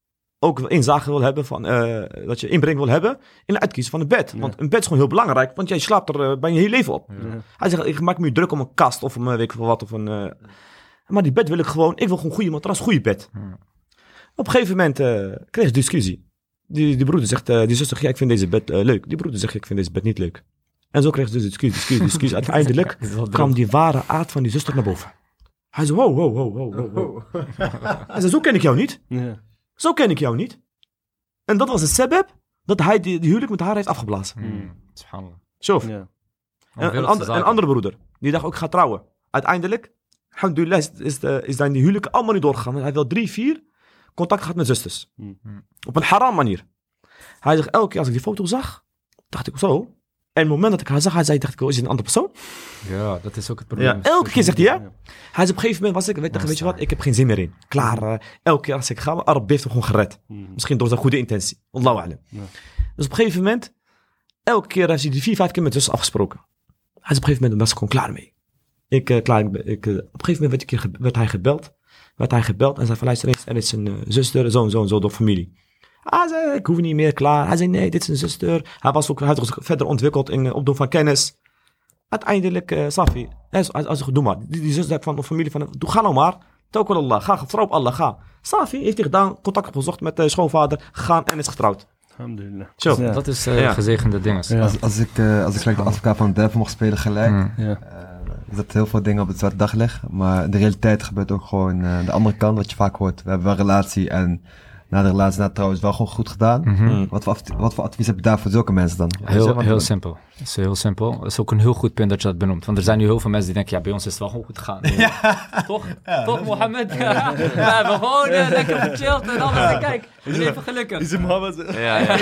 ook inzage wil hebben van, uh, dat je inbreng wil hebben in het uitkiezen van een bed. Ja. Want een bed is gewoon heel belangrijk, want jij slaapt er uh, bij je hele leven op. Ja. Hij zegt, ik maak me druk om een kast of een weet ik veel wat. Of een, uh, maar die bed wil ik gewoon, ik wil gewoon goede matras, goede bed. Ja. Op een gegeven moment uh, kreeg ze discussie. Die, die broeder zegt, uh, die zuster zegt, ja, ik vind deze bed uh, leuk. Die broeder zegt, ik vind deze bed niet leuk. En zo kreeg ze dus discussie, discussie, discussie. Uiteindelijk kwam die ware aard van die zuster naar boven. Hij zei, wow, wow, wow, wow, wow. wow. Hij zei, zo ken ik jou niet. Ja. Zo ken ik jou niet. En dat was het sebeb dat hij die, die huwelijk met haar heeft afgeblazen. Hmm. Zo. Ja. En, een, and, een andere broeder, die dacht ook, ik ga trouwen. Uiteindelijk, alhamdulillah, is, is, de, is dan die huwelijk allemaal niet doorgegaan. Hij heeft wel drie, vier contact gehad met zusters. Hmm. Op een haram manier. Hij zegt, elke keer als ik die foto zag, dacht ik zo. En op het moment dat ik haar zag, hij zei, dacht ik, oh, is het een andere persoon? Ja, dat is ook het probleem. Ja, elke keer zegt hij, ja. Hij zei op een gegeven moment, was ik, weet, weet je wat, ik heb geen zin meer in. Klaar, uh, elke keer als ik ga, Arab heeft hem gewoon gered. Mm. Misschien door zijn goede intentie. Allahu a'lam. Ja. Dus op een gegeven moment, elke keer heeft hij die vier, vijf keer met zus afgesproken. Hij zei op een gegeven moment, was ik gewoon klaar mee. Ik, uh, klaar, ik, uh, op een gegeven moment werd, ik, ge- werd hij gebeld. Werd hij gebeld en zei van, luister eens, er is een uh, zuster, zo en zo en zo door familie. Hij zei, ik hoef niet meer, klaar. Hij zei, nee, dit is een zuster. Hij was ook, hij had zich verder ontwikkeld in uh, opdoen van kennis. Uiteindelijk, uh, Safi, hij zei, doe maar. Die, die zuster van de familie van, doe, ga nou maar. Tawakkal Allah, ga, vertrouw op Allah, ga. Safi heeft hij gedaan, contact gezocht met de schoonvader, gegaan en is getrouwd. Alhamdulillah. Zo, ja. Dat is uh, ja. gezegende dingen. Ja. Als, als ik, uh, als ik gelijk de advocaat van de duivel mocht spelen gelijk, mm. ja. uh, dat heel veel dingen op het zwarte daglicht. Maar de realiteit gebeurt ook gewoon uh, de andere kant, wat je vaak hoort. We hebben wel een relatie en na de relatie, na trouwens, wel gewoon goed gedaan. Mm-hmm. Wat, voor, wat voor advies heb je daar voor zulke mensen dan? Heel, heel simpel. Het is heel simpel. Het is ook een heel goed punt dat je dat benoemt. Want er zijn nu heel veel mensen die denken, ja, bij ons is het wel gewoon goed gegaan. Ja. Toch? Ja. Toch, Mohammed? Ja. We hebben gewoon uh, lekker gechilled en alles. En kijk, we leven gelukkig. Is het Mohammed? Ja, ja.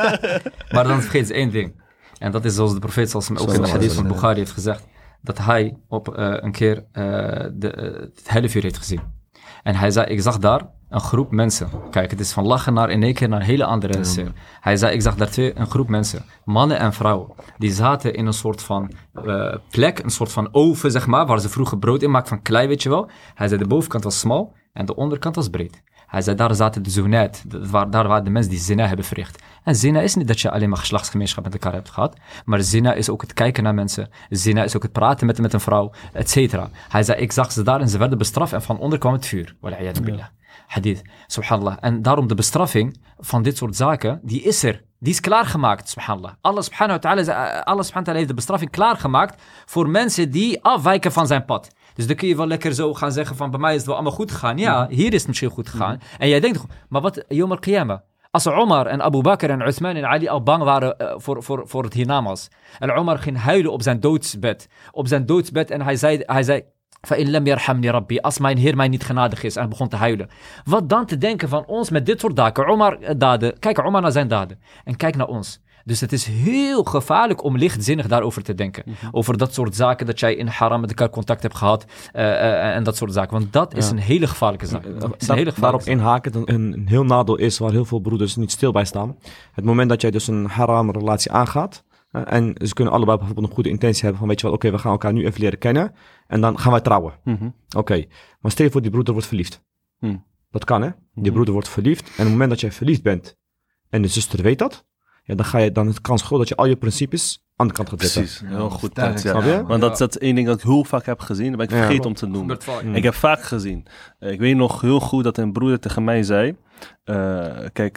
Maar dan vergeet ze één ding. En dat is zoals de profeet, zoals hem ook in de hadith van Bukhari heeft gezegd, dat hij op uh, een keer uh, de, uh, het hellevuur heeft gezien. En hij zei, ik zag daar een groep mensen. Kijk, het is van lachen naar in één keer naar een hele andere ja. sfeer. Hij zei, ik zag daar twee, een groep mensen, mannen en vrouwen, die zaten in een soort van uh, plek, een soort van oven, zeg maar, waar ze vroeger brood in maakten van klei, weet je wel. Hij zei, de bovenkant was smal en de onderkant was breed. Hij zei, daar zaten de zoenet, daar waren de mensen die zina hebben verricht. En zina is niet dat je alleen maar geslachtsgemeenschap met elkaar hebt gehad, maar zina is ook het kijken naar mensen, zina is ook het praten met, met een vrouw, et cetera. Hij zei, ik zag ze daar en ze werden bestraft en van onder kwam het vuur. Wal'iyadu billah. Hadith, subhanallah. En daarom de bestraffing van dit soort zaken, die is er. Die is klaargemaakt, subhanallah. Allah subhanahu wa ta'ala, Allah subhanahu wa ta'ala heeft de bestraffing klaargemaakt voor mensen die afwijken van zijn pad. Dus dan kun je wel lekker zo gaan zeggen van, bij mij is het wel allemaal goed gegaan. Ja, hier is het misschien goed gegaan. Mm-hmm. En jij denkt, maar wat, Yom al-Qiyamah? Als Omar en Abu Bakr en Uthman en Ali al bang waren uh, voor, voor, voor het hiernamaals. En Omar ging huilen op zijn doodsbed. Op zijn doodsbed en hij zei... Hij zei فَإِنْ لَمْ يَرْحَمْنِي رَبِّي, als mijn Heer mij niet genadig is, en hij begon te huilen. Wat dan te denken van ons met dit soort daken? Omar daden. Kijk Omar naar zijn daden. En kijk naar ons. Dus het is heel gevaarlijk om lichtzinnig daarover te denken. Mm-hmm. Over dat soort zaken, dat jij in haram met elkaar contact hebt gehad. Uh, uh, en dat soort zaken. Want dat is ja. een hele gevaarlijke zaak. Uh, dat, een hele daarop inhaken, een, een heel nadeel is waar heel veel broeders niet stil bij staan. Het moment dat jij dus een haram relatie aangaat. Uh, en ze kunnen allebei bijvoorbeeld een goede intentie hebben van, weet je wel, oké, okay, we gaan elkaar nu even leren kennen. En dan gaan wij trouwen. Mm-hmm. Oké, okay. Maar stel je voor, die broeder wordt verliefd. Mm. Dat kan, hè? Mm-hmm. Die broeder wordt verliefd. En op het moment dat jij verliefd bent en de zuster weet dat, ja, dan ga je dan het kans groot dat je al je principes aan de kant gaat zetten. Precies, heel ja, goed punt. Ja. Ja. Want dat is dat één ding dat ik heel vaak heb gezien, dat ben ik vergeten ja. om te noemen. Mm. Ik heb vaak gezien. Ik weet nog heel goed dat een broeder tegen mij zei, uh, kijk,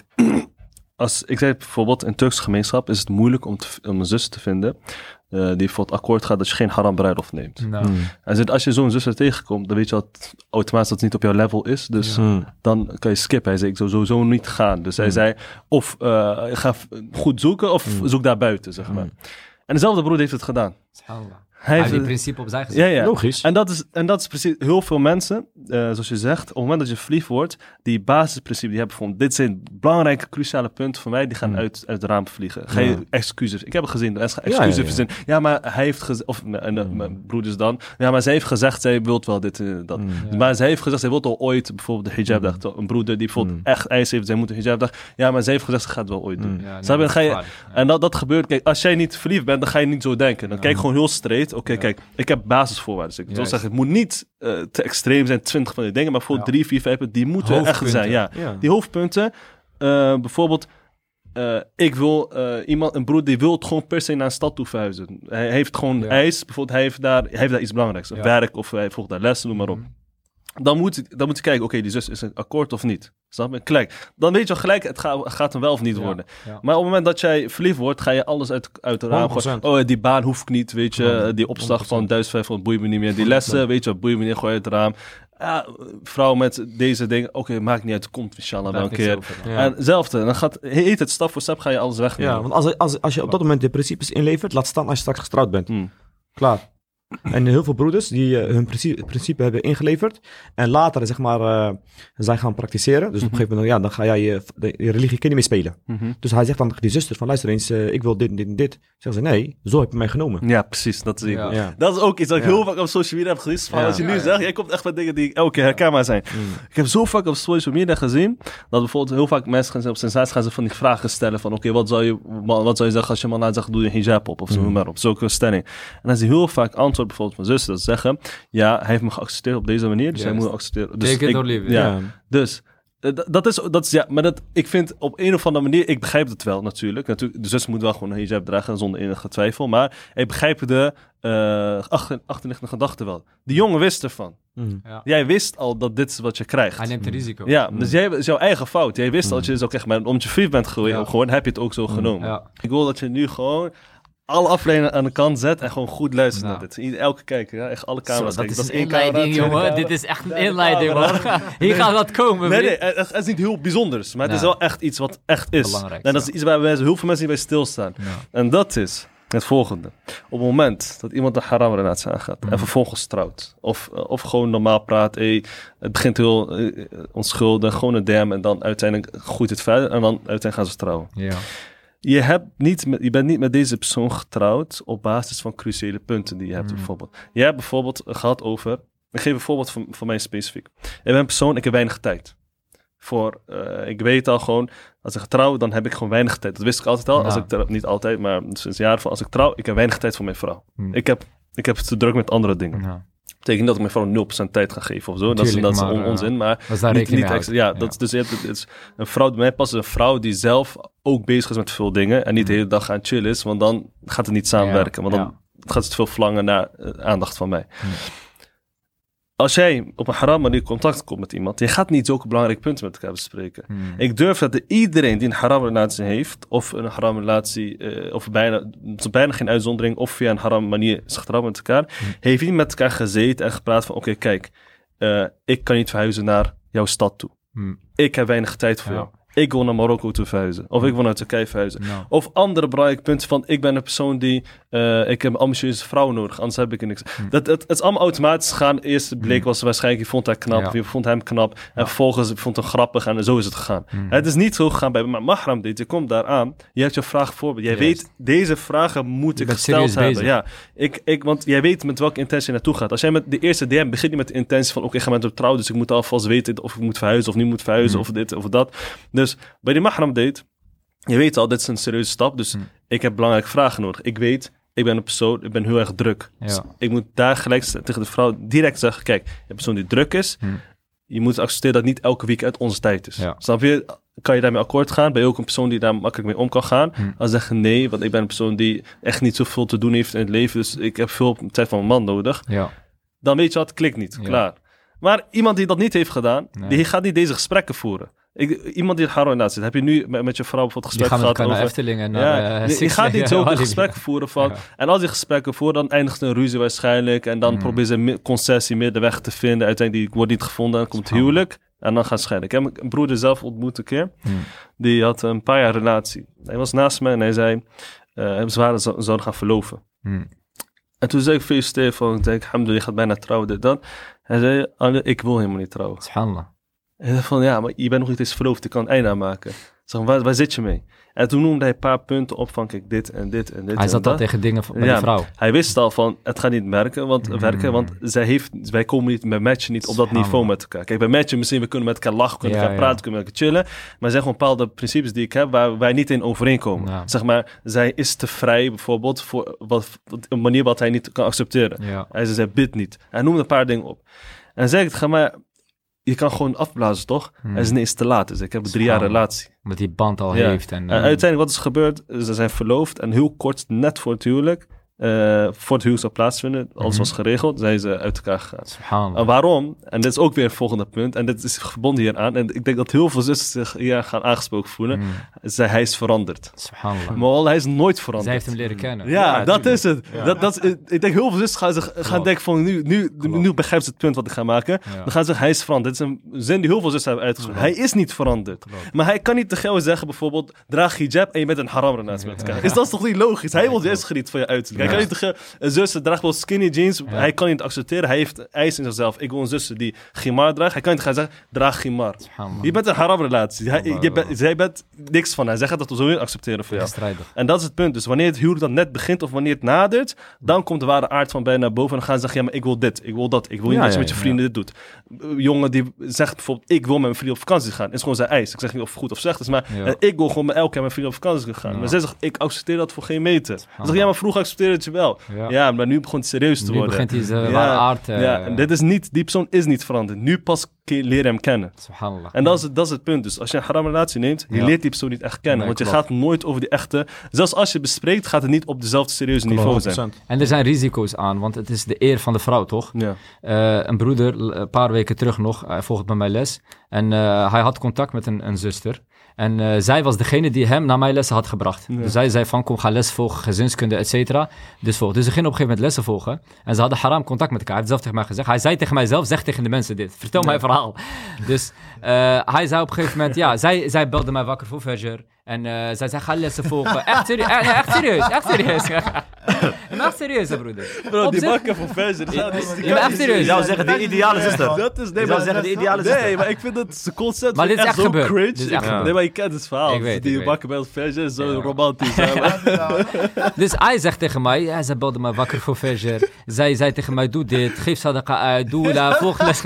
als ik zei bijvoorbeeld in Turkse gemeenschap is het moeilijk om, te, om een zus te vinden uh, die voor het akkoord gaat dat je geen haram bruiloft neemt. No. Mm. Hij zei, als je zo'n zuster tegenkomt, dan weet je dat automatisch dat het niet op jouw level is. Dus ja. dan kan je skippen. Hij zei, ik zou sowieso niet gaan. Dus mm. hij zei, of uh, ga goed zoeken of mm. zoek daar buiten, zeg maar. Mm. En dezelfde broeder heeft het gedaan. Hij heeft in principe op zijn gezet. Ja, ja. Logisch. En dat is, en dat is precies heel veel mensen, uh, zoals je zegt, op het moment dat je verliefd wordt, die basisprincipe die hebben gevonden. Dit zijn belangrijke, cruciale punten voor mij, die gaan mm. uit, uit het raam vliegen. Ga je ja. excuses. Ik heb het gezien, er is excuses ja, ja, ja. verzinnen. Ja, maar hij heeft gezegd, of en, uh, mm. mijn broeders dan, ja, maar zij heeft gezegd, zij wil wel dit en uh, dat. Mm. Ja. Maar zij heeft gezegd, zij wil al ooit bijvoorbeeld de hijabdag. Mm. Een broeder die bijvoorbeeld mm. echt eis heeft, zij moet een hijabdag. Ja, maar zij heeft gezegd, ze gaat het wel ooit doen. Mm. Ja, nee, dat ga je, ja. En dat, dat gebeurt, kijk, als jij niet verliefd bent, dan ga je niet zo denken. Dan ja. kijk gewoon heel straight. Oké, okay, ja. kijk, ik heb basisvoorwaarden. Dus ik wil zeggen, het moet niet uh, te extreem zijn, twintig van die dingen, maar voor ja. drie, vier, vijf, die moeten echt zijn. Ja. Ja. Die hoofdpunten, uh, bijvoorbeeld, uh, ik wil uh, iemand, een broer die wil het gewoon per se naar een stad toe verhuizen. Hij heeft gewoon ja. eis, bijvoorbeeld, hij heeft daar, hij heeft daar iets belangrijks, ja. werk of hij volgt daar lessen, noem maar op. Mm. Dan moet, ik, dan moet je kijken, oké, okay, die zus is een akkoord of niet. Snap je? Gelijk. Dan weet je al gelijk, het gaat, gaat hem wel of niet ja, worden. Ja. Maar op het moment dat jij verliefd wordt, ga je alles uit, uit de raam gooien. Oh, die baan hoef ik niet, weet je. Die opslag van duizend vijfhonderd boeit me niet meer. Die lessen, weet je, boeit me niet, gooi uit het raam. Ja, vrouw met deze dingen, oké, okay, maakt niet uit, komt inshallah wel een keer. Ja. En hetzelfde, dan gaat, heet het stap voor stap, ga je alles wegnemen. Ja, want als, als, als je op dat moment de principes inlevert, laat staan als je straks getrouwd bent. Hmm. Klaar. En heel veel broeders die uh, hun principe, principe hebben ingeleverd en later zeg maar uh, zijn gaan praktiseren. Dus mm-hmm. op een gegeven moment ja, dan ga jij je, de, je religie kun je niet meer spelen. Mm-hmm. Dus hij zegt dan tegen die zuster van luister eens, uh, ik wil dit en dit en dit. Zeggen ze nee, zo heb je mij genomen. Ja, precies. Dat is, ja. Ja. Dat is ook iets dat ik ja. heel vaak op social media heb gezien. Van, ja. Als je nu ja, zegt, ja. jij komt echt met dingen die elke keer herkenbaar zijn. Mm. Ik heb zo vaak op social media gezien dat bijvoorbeeld heel vaak mensen gaan zijn op sensatie gaan ze van die vragen stellen van oké, okay, wat zou je wat zou je zeggen als je man laat zeggen doe je een hijab op of zo mm. maar op zulke stelling. En dan zie je heel vaak antwoord bijvoorbeeld van zuster zeggen, ja, hij heeft me geaccepteerd op deze manier, dus yes. hij moet accepteren. Dus Take it or leave it. Ja, ja. Dus uh, dat is, dat is, ja, maar dat, ik vind op een of andere manier, ik begrijp het wel natuurlijk. natuurlijk de zus moet wel gewoon een hijab dragen zonder enige twijfel, maar ik begrijp de uh, achter, achterliggende gedachte wel. Die jongen wist ervan. Mm. Ja. Jij wist al dat dit is wat je krijgt. Hij neemt het risico. Ja, mm. dus jij is jouw eigen fout. Jij wist mm. al dat je zo krijgt, maar omdat je verliefd bent geworden, ja. gewoon, heb je het ook zo mm. genomen. Ja. Ik wil dat je nu gewoon alle afleveringen aan de kant zet en gewoon goed luistert nou. naar dit. Elke kijker, ja, echt alle camera's. Zo, dat, is dat is een inleiding, jongen. Camera. Dit is echt een inleiding, hoor. Hier gaat wat komen. Nee, nee, het is niet heel bijzonders, maar het ja. is wel echt iets wat echt is. Belangrijk. En dat is iets waar wij, heel veel mensen die bij stilstaan. Ja. En dat is het volgende. Op het moment dat iemand een haram relatie aangaat mm. en vervolgens trouwt, of, of gewoon normaal praat, hey, het begint heel uh, onschuldig, gewoon een D M en dan uiteindelijk groeit het verder en dan uiteindelijk gaan ze trouwen. Ja. Je, hebt niet met, je bent niet met deze persoon getrouwd op basis van cruciale punten die je hebt. Mm. Bijvoorbeeld. Je hebt bijvoorbeeld gehad over... Ik geef een voorbeeld van, van mij specifiek. Ik ben een persoon, ik heb weinig tijd. Voor, uh, ik weet al gewoon, als ik trouw, dan heb ik gewoon weinig tijd. Dat wist ik altijd al. Ja. Als ik trouw, niet altijd, maar sinds jaren van als ik trouw, ik heb weinig tijd voor mijn vrouw. Mm. Ik, heb, ik heb het te druk met andere dingen. Ja. Betekent dat ik mijn vrouw nul procent tijd ga geven of zo. Tuurlijk, dat is, dat is on, onzin, maar niet, niet extra. Ja, ja, dat is dus het, het is een vrouw bij mij past een vrouw die zelf ook bezig is met veel dingen en niet mm. de hele dag gaan chillen is, want dan gaat het niet samenwerken, want dan ja. gaat het veel verlangen naar uh, aandacht van mij. Mm. Als jij op een haram manier contact komt met iemand, je gaat niet zulke belangrijke punten met elkaar bespreken. Hmm. Ik durf dat iedereen die een haram relatie heeft, of een haram relatie, uh, of bijna, bijna geen uitzondering, of via een haram manier is getrouwd met elkaar, hmm. heeft niet met elkaar gezeten en gepraat van, oké, okay, kijk, uh, ik kan niet verhuizen naar jouw stad toe. Hmm. Ik heb weinig tijd voor ja. jou. Ik wil naar Marokko toe verhuizen. Of ik wil naar Turkije verhuizen. No. Of andere belangrijke punten van... ik ben een persoon die... Uh, ik heb een ambitieuze vrouw nodig. Anders heb ik er niks. Mm. Dat, het, het is allemaal automatisch gegaan. Eerst bleek mm. was waarschijnlijk... je vond haar knap. Ja. Of je vond hem knap. En ja. vervolgens vond hem grappig. En zo is het gegaan. Mm. Het is niet zo gegaan bij mahram date. Je komt daar aan. Je hebt je vraag voorbeeld. Jij Juist. weet... deze vragen moet ik gesteld hebben. Bezig. Ja. Ik, ik, want jij weet met welke intentie je naartoe gaat. Als jij met de eerste D M begint je met de intentie van... oké, okay, ik ga met hem trouwen. Dus ik moet alvast weten... of ik moet verhuizen of niet moet verhuizen. Mm. Of dit of dat. Dus bij die mahram date, je weet al, dit is een serieuze stap, dus hmm. ik heb belangrijke vragen nodig. Ik weet, ik ben een persoon, ik ben heel erg druk. Ja. Dus ik moet daar gelijk tegen de vrouw direct zeggen, kijk, een persoon die druk is, hmm. je moet accepteren dat niet elke week uit onze tijd is. Ja. Snap je? Kan je daarmee akkoord gaan? Ben je ook een persoon die daar makkelijk mee om kan gaan? Hmm. Als zeggen nee, want ik ben een persoon die echt niet zoveel te doen heeft in het leven, dus ik heb veel tijd van mijn man nodig. Ja. Dan weet je wat, klikt niet, ja. klaar. Maar iemand die dat niet heeft gedaan, nee. die gaat niet deze gesprekken voeren. Ik, iemand die het haram relatie zit, heb je nu met, met je vrouw bijvoorbeeld gesprek gehad over... naar Efteling en ja, naar, uh, je, je gaat niet zulke gesprekken voeren van... Ja. En als die gesprekken voeren, dan eindigt een ruzie waarschijnlijk... en dan mm. probeer ze een concessie middenweg te vinden. Uiteindelijk die wordt niet gevonden en dan komt het huwelijk... en dan gaat scheiden. Ik heb een broeder zelf ontmoet een keer. Mm. Die had een paar jaar relatie. Hij was naast me en hij zei... Uh, ze waren zo, zouden gaan verloven. Mm. En toen zei ik veel Stefan, ik denk, alhamdulillah, je gaat bijna trouwen, dit dan. Hij zei, Ali, ik wil helemaal niet trouwen. Subhanallah. En ik dacht van, ja, maar je bent nog niet eens verloofd, ik kan een einde aan maken. Ik zeg, waar, waar zit je mee? En toen noemde hij een paar punten op van, kijk, dit en dit en dit. Hij en zat dat al tegen dingen van, met ja, de vrouw. Hij wist al van, het gaat niet merken, want, mm. werken, want zij heeft, wij komen niet bij matchen niet op dat niveau met elkaar. Kijk, bij matchen misschien, we kunnen met elkaar lachen, kunnen ja, gaan praten, ja. kunnen met elkaar chillen. Maar er zijn gewoon bepaalde principes die ik heb waar wij niet in overeenkomen. Ja. Zeg maar, zij is te vrij bijvoorbeeld voor wat, een manier wat hij niet kan accepteren. Ja. Hij zei, zij bidt niet. Hij noemde een paar dingen op. En dan zei ik, ga maar... Je kan gewoon afblazen, toch? Hmm. Hij is ineens te laat. Dus ik heb een drie jaar relatie. Omdat die band al ja. heeft. En, uh... en uiteindelijk, wat is gebeurd? Ze zijn verloofd. En heel kort, net voor het huwelijk... Uh, voor het huwelijk zou plaatsvinden. Alles mm-hmm. was geregeld. Zijn ze uit elkaar gegaan. En waarom? En dit is ook weer het volgende punt. En dit is verbonden hieraan. En ik denk dat heel veel zussen zich hier gaan aangesproken voelen. Mm. Zij, hij is veranderd. Maar hij is nooit veranderd. Zij heeft hem leren kennen. Ja, ja dat tuurlijk. is het. Ja. Dat, dat is, ik denk heel veel zussen gaan, zich, gaan denken van... Nu, nu, nu begrijpt ze het punt wat ik ga maken. Ja. Dan gaan ze zeggen, hij is veranderd. Dit is een zin die heel veel zussen hebben uitgesproken. Hij is niet veranderd. Klopt. Maar hij kan niet tegen jou zeggen bijvoorbeeld... Draag hijab en je bent een haram relatie met elkaar. Is dat toch niet logisch? Hij wil juist genieten van je uiterlijk. Hij kan niet tegen... Een zuster draagt wel skinny jeans. Ja. Hij kan niet accepteren. Hij heeft eisen in zichzelf. Ik wil een zuster die gimar draagt. Hij kan niet gaan zeggen, draag gimar. Je bent een haram relatie. Hij, je bent, zij bent niks van haar. Zij gaat dat zo weer accepteren voor jou. En dat is het punt. Dus wanneer het huwelijk dan net begint of wanneer het nadert, dan komt de ware aard van bij naar boven. En dan gaan ze zeggen, ja, maar ik wil dit. Ik wil dat. Ik wil niet ja, dat je ja, met je vrienden ja. dit doet. Jongen die zegt bijvoorbeeld, ik wil met mijn vrienden op vakantie gaan. Is gewoon zijn eis. Ik zeg niet of het goed of slecht is, maar ja. ik wil gewoon met elke keer met mijn vrienden op vakantie gaan. Ja. Maar zij zegt, ik accepteer dat voor geen meter. Dan zeg ja, maar vroeger accepteerde het je wel. Ja. Ja, maar nu begon het serieus te nu worden. Nu begint hij zijn ja, aard... Uh, ja, en dit is niet... Die persoon is niet veranderd. Nu pas leer hem kennen. Subhanallah. En dat is, dat is het punt. Dus als je een haram relatie neemt, je ja. leert die persoon niet echt kennen. Nee, want je klopt. gaat nooit over die echte... Zelfs als je bespreekt, gaat het niet op dezelfde serieuze klopt. niveau zijn. En er zijn risico's aan, want het is de eer van de vrouw, toch? Ja. Uh, een broeder, een paar weken terug nog, hij volgt bij mij les. En uh, hij had contact met een, een zuster. En uh, zij was degene die hem naar mijn lessen had gebracht. Ja. Dus zij zei van, kom, ga les volgen, gezinskunde, et cetera. Dus, volg. dus ze gingen op een gegeven moment lessen volgen. En ze hadden haram contact met elkaar. Hij heeft zelf tegen mij gezegd. Hij zei tegen mijzelf, zeg tegen de mensen dit. Vertel ja. mijn verhaal. Dus uh, hij zei op een gegeven moment, ja, zij, zij belde mij wakker voor Fajr. En uh, zij zei, ga lessen volgen. Echt serieus, echt, echt serieus, echt serieus. Maar echt serieus, broeder. Bro, die bakken voor Fajr. Ja, maar echt serieus. Je zou zeggen, de ideale zuster. Dat is, nee, maar zeggen, de ideale zuster. Nee, maar ik vind dat concept maar dit is echt, echt zo cringe. Dit is echt ja. Nee, maar je kent het verhaal. Ik weet, die ik bakken bij Fajr is zo ja. romantisch. Dus hij zegt tegen mij, ja, zij belde mij wakker voor Fajr. Zij zei tegen mij, doe dit, geef sadaqa uit, doe la, volg les.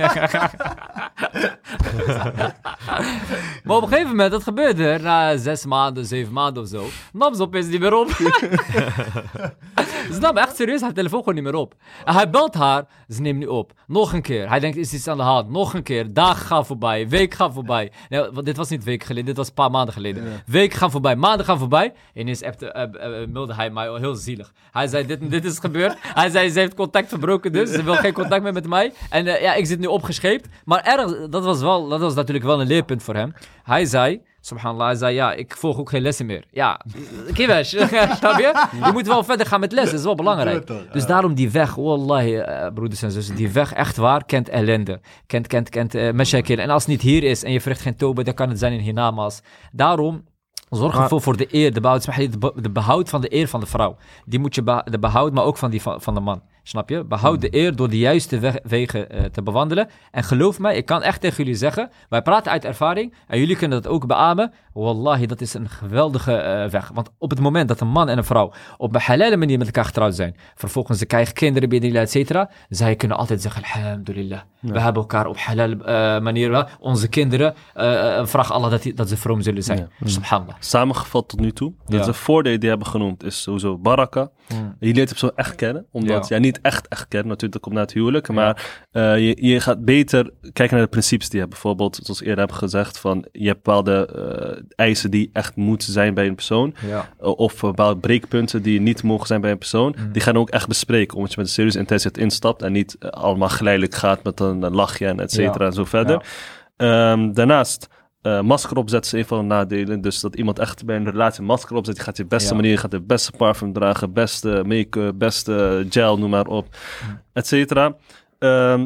Maar op een gegeven moment, dat gebeurde er, na zes maanden, zeven maanden of zo, nam ze opeens niet meer op. Ze nam echt serieus haar telefoon gewoon niet meer op. En hij belt haar, ze neemt niet op. Nog een keer, hij denkt, is iets aan de hand? Nog een keer, dagen gaan voorbij, week gaan voorbij. Nee, want dit was niet weken geleden, dit was een paar maanden geleden. Ja. Weken gaan voorbij, maanden gaan voorbij. En ineens appte, uh, uh, mailde hij mij heel zielig. Hij zei, dit, dit is gebeurd. Hij zei, ze heeft contact verbroken dus, ze wil geen contact meer met mij. En uh, ja, ik zit nu opgescheept. Maar erg, dat was, wel, dat was natuurlijk wel een leerpunt voor hem. Hij zei... Subhanallah, hij zei, ja, ik volg ook geen lessen meer. Ja, kiwesh, snap je? Je moet wel verder gaan met lessen, dat is wel belangrijk. Dus daarom die weg, wallahi, uh, broeders en zussen, die weg echt waar, kent ellende. Kent, kent, kent uh, mashakil. En als het niet hier is en je verricht geen toba, dan kan het zijn in hiernamaals. Daarom... Zorg ervoor maar, voor de eer, de behoud, de behoud van de eer van de vrouw. Die moet je be, de behoud, maar ook van die van, van de man. Snap je? Behoud de eer door de juiste weg, wegen uh, te bewandelen. En geloof mij, ik kan echt tegen jullie zeggen, wij praten uit ervaring en jullie kunnen dat ook beamen. Wallahi, dat is een geweldige uh, weg. Want op het moment dat een man en een vrouw op een halale manier met elkaar getrouwd zijn, vervolgens ze krijgen kinderen, binnen et cetera, zij kunnen altijd zeggen, alhamdulillah, ja. we hebben elkaar op halal uh, manier, onze kinderen, uh, vraag Allah dat, die, dat ze vroom zullen zijn. Ja. Mm. Subhanallah. Samengevat tot nu toe, ja. de voordelen die hebben genoemd is sowieso baraka. Mm. Je leert hem zo echt kennen, omdat ja. jij niet echt echt kennen, natuurlijk, dat komt na het huwelijk, ja. maar uh, je, je gaat beter kijken naar de principes die je hebt. Bijvoorbeeld, zoals ik eerder heb gezegd, van je hebt bepaalde uh, eisen die echt moeten zijn bij een persoon, ja. uh, of bepaalde breekpunten die niet mogen zijn bij een persoon, mm. die gaan ook echt bespreken, omdat je met een serieuze intentie instapt en niet uh, allemaal geleidelijk gaat met een, een lachje en et cetera ja. en zo verder. Ja. Um, daarnaast Uh, masker opzetten is een van de nadelen. Dus dat iemand echt bij een relatie een masker opzet. Die gaat je beste ja. manier, gaat de beste parfum dragen, beste make-up, beste gel, noem maar op, mm. et cetera. Um,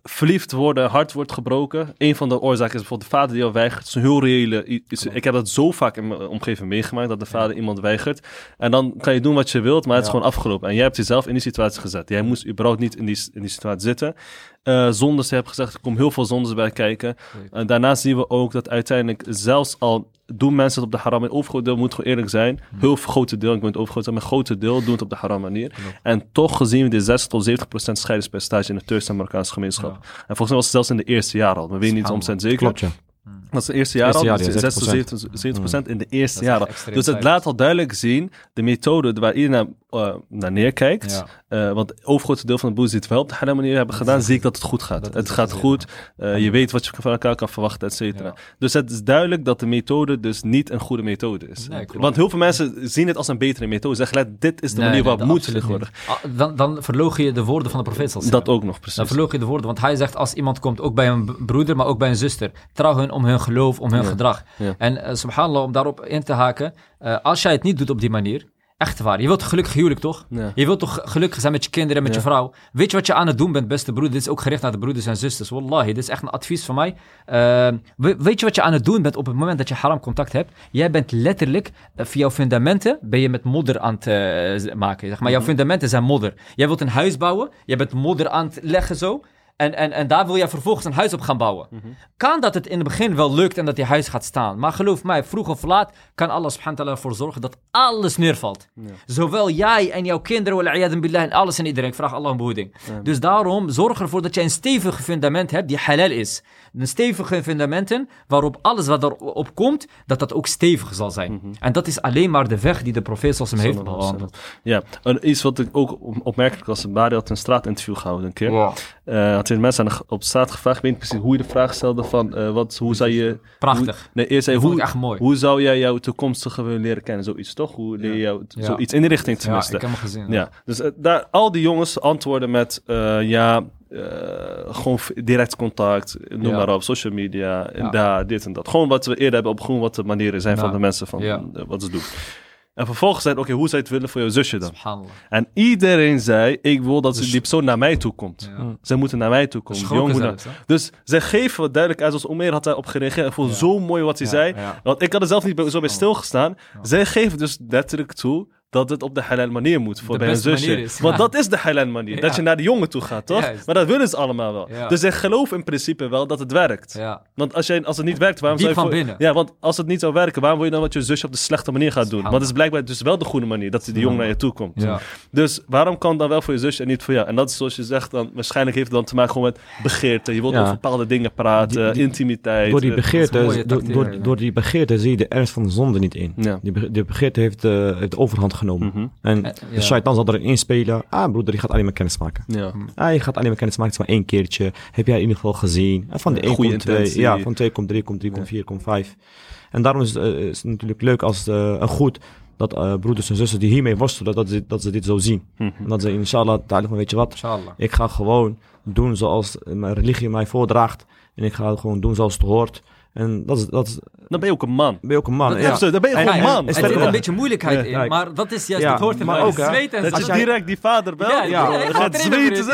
verliefd worden, hart wordt gebroken. Een van de oorzaken is bijvoorbeeld de vader die al weigert. Het is een heel reële... Is, ik heb dat zo vaak in mijn omgeving meegemaakt, dat de vader ja. iemand weigert. En dan kan je doen wat je wilt, maar het is ja. gewoon afgelopen. En jij hebt jezelf in die situatie gezet. Jij moest überhaupt niet in die, in die situatie zitten. Uh, zondes, je hebt gezegd, er komen heel veel zondes bij kijken. En daarnaast zien we ook dat uiteindelijk zelfs al doen mensen het op de haram manier, overgroot deel, moet gewoon eerlijk zijn, heel grote deel, ik ben het overgroot, maar een grote deel doen het op de haram manier. Ja. En toch gezien we die zestig tot zeventig procent scheidingspercentage in de Turkse en Marokkaanse gemeenschap. Ja. En volgens mij was het zelfs in de eerste jaren al, we weten niet omtrent zeker. Klopt, ja. Dat is de eerste jaar al, zes tot zeventig procent in de eerste jaren. Dus het laat al duidelijk zien, de methode waar iedereen naar, uh, naar neerkijkt, ja. uh, want het overgrote deel van de boers die het wel op de hele manier hebben gedaan, zie ik dat het goed gaat. Dat het gaat het goed, uh, je weet wat je van elkaar kan verwachten, et cetera. Ja. Dus het is duidelijk dat de methode dus niet een goede methode is. Nee, want heel veel mensen zien het als een betere methode. Ze zeggen, dit is de nee, manier waarop nee, moet tegenwoordig. Dan, dan verloog je de woorden van de profeet. Dat ook nog, precies. Dan verloog je de woorden, want hij zegt, als iemand komt, ook bij een broeder, maar ook bij een zuster, trouw hun om hun geloof, om hun ja. gedrag. Ja. En uh, subhanallah, om daarop in te haken, uh, als jij het niet doet op die manier, echt waar, je wilt gelukkig huwelijk toch? Ja. Je wilt toch gelukkig zijn met je kinderen en met ja. je vrouw? Weet je wat je aan het doen bent, beste broeder? Dit is ook gericht naar de broeders en zusters. Wallahi, dit is echt een advies van mij. Uh, weet je wat je aan het doen bent op het moment dat je haram contact hebt? Jij bent letterlijk, uh, via jouw fundamenten, ben je met modder aan het uh, maken. Zeg maar, jouw fundamenten zijn modder. Jij wilt een huis bouwen, jij bent modder aan het leggen zo. En, en, en daar wil je vervolgens een huis op gaan bouwen. Mm-hmm. Kan dat het in het begin wel lukt en dat die huis gaat staan. Maar geloof mij, vroeg of laat kan Allah subhanahu wa ta'ala ervoor zorgen dat alles neervalt. Ja. Zowel jij en jouw kinderen, wal billah, en alles en iedereen. Ik vraag Allah om behoeding. Ja. Dus daarom zorg ervoor dat je een stevig fundament hebt die halal is. Een stevige fundamenten waarop alles wat erop komt, dat dat ook stevig zal zijn. Mm-hmm. En dat is alleen maar de weg die de profeet zoals hem heeft bewandeld. Ja, en iets wat ik ook opmerkelijk was, Bari had een straatinterview gehouden een keer. Wow. Uh, had hij mensen aan de, op straat gevraagd, ik weet niet precies hoe je de vraag stelde van, uh, wat, hoe zou je... Prachtig. Hoe, nee, eerst zei, hoe, echt mooi. Hoe zou jij jouw toekomstige willen leren kennen? Zoiets toch? Hoe leer je jou, ja. zoiets in die richting tenminste. Ja, ik heb hem gezien. Ja. Ja. Dus uh, daar, al die jongens antwoorden met, uh, ja... Uh, gewoon direct contact, noem ja. maar op, social media, en ja. daar, dit en dat. Gewoon wat we eerder hebben op gewoon wat de manieren zijn ja. van de mensen van ja. uh, wat ze doen. En vervolgens zei oké, okay, hoe zou je het willen voor jouw zusje dan? En iedereen zei, ik wil dat dus, die persoon naar mij toe komt. Ja. Zij moeten naar mij toe komen. Jong naar... Dus zij geven wat duidelijk uit, zoals Omer had daarop gereageerd. Ik vond ja. zo mooi wat hij ja. zei. Ja. Want ik had er zelf niet zo bij stilgestaan. Ja. Zij geven dus letterlijk toe dat het op de halal manier moet voor bij een zusje. Is, ja. Want dat is de halal manier. Ja. Dat je naar de jongen toe gaat, toch? Juist. Maar dat willen ze allemaal wel. Ja. Dus zij geloven in principe wel dat het werkt. Ja. Want als, je, als het niet werkt, waarom Diep zou je... van binnen. Ja, want als het niet zou werken, waarom wil je dan wat je zusje op de slechte manier gaat doen? Want het is blijkbaar dus wel de goede manier, dat die jongen naar je toe komt. Ja. Dus waarom kan het dan wel voor je zusje en niet voor jou? En dat is zoals je zegt, dan, waarschijnlijk heeft het dan te maken gewoon met begeerte. Je wilt ja. over bepaalde dingen praten, die, die, intimiteit. Door die begeerte, door, door, door die begeerte zie je de ernst van de zonde niet in. Ja. Die, die begeerte heeft, uh, heeft de overhand genomen. Mm-hmm. En de ja. shaitan zal erin inspelen. Ah, broeder, je gaat alleen maar kennis maken. Ja. Ah, je gaat alleen maar kennis maken. Het is maar één keertje. Heb jij in ieder geval gezien. En van de één komt twee. Ja, van twee komt drie, komt drie, ja. komt vier, komt vijf. En daarom is, uh, is het natuurlijk leuk als uh, een goed dat uh, broeders en zussen die hiermee worstelen, dat ze, dat ze dit zo zien. Mm-hmm. En dat ze inshallah, maar weet je wat? Inshallah. Ik ga gewoon doen zoals mijn religie mij voordraagt. En ik ga gewoon doen zoals het hoort. En dat is, dat is, dan ben je ook een man. Ben je ook een man, dat, ja. Dan ben je gewoon een man. Er zit een beetje moeilijkheid ja. in, maar dat is juist, ja, dat hoort er maar ook. Zweten. Dat je direct die vader belt. Ja, ja, ja, gaat zweten.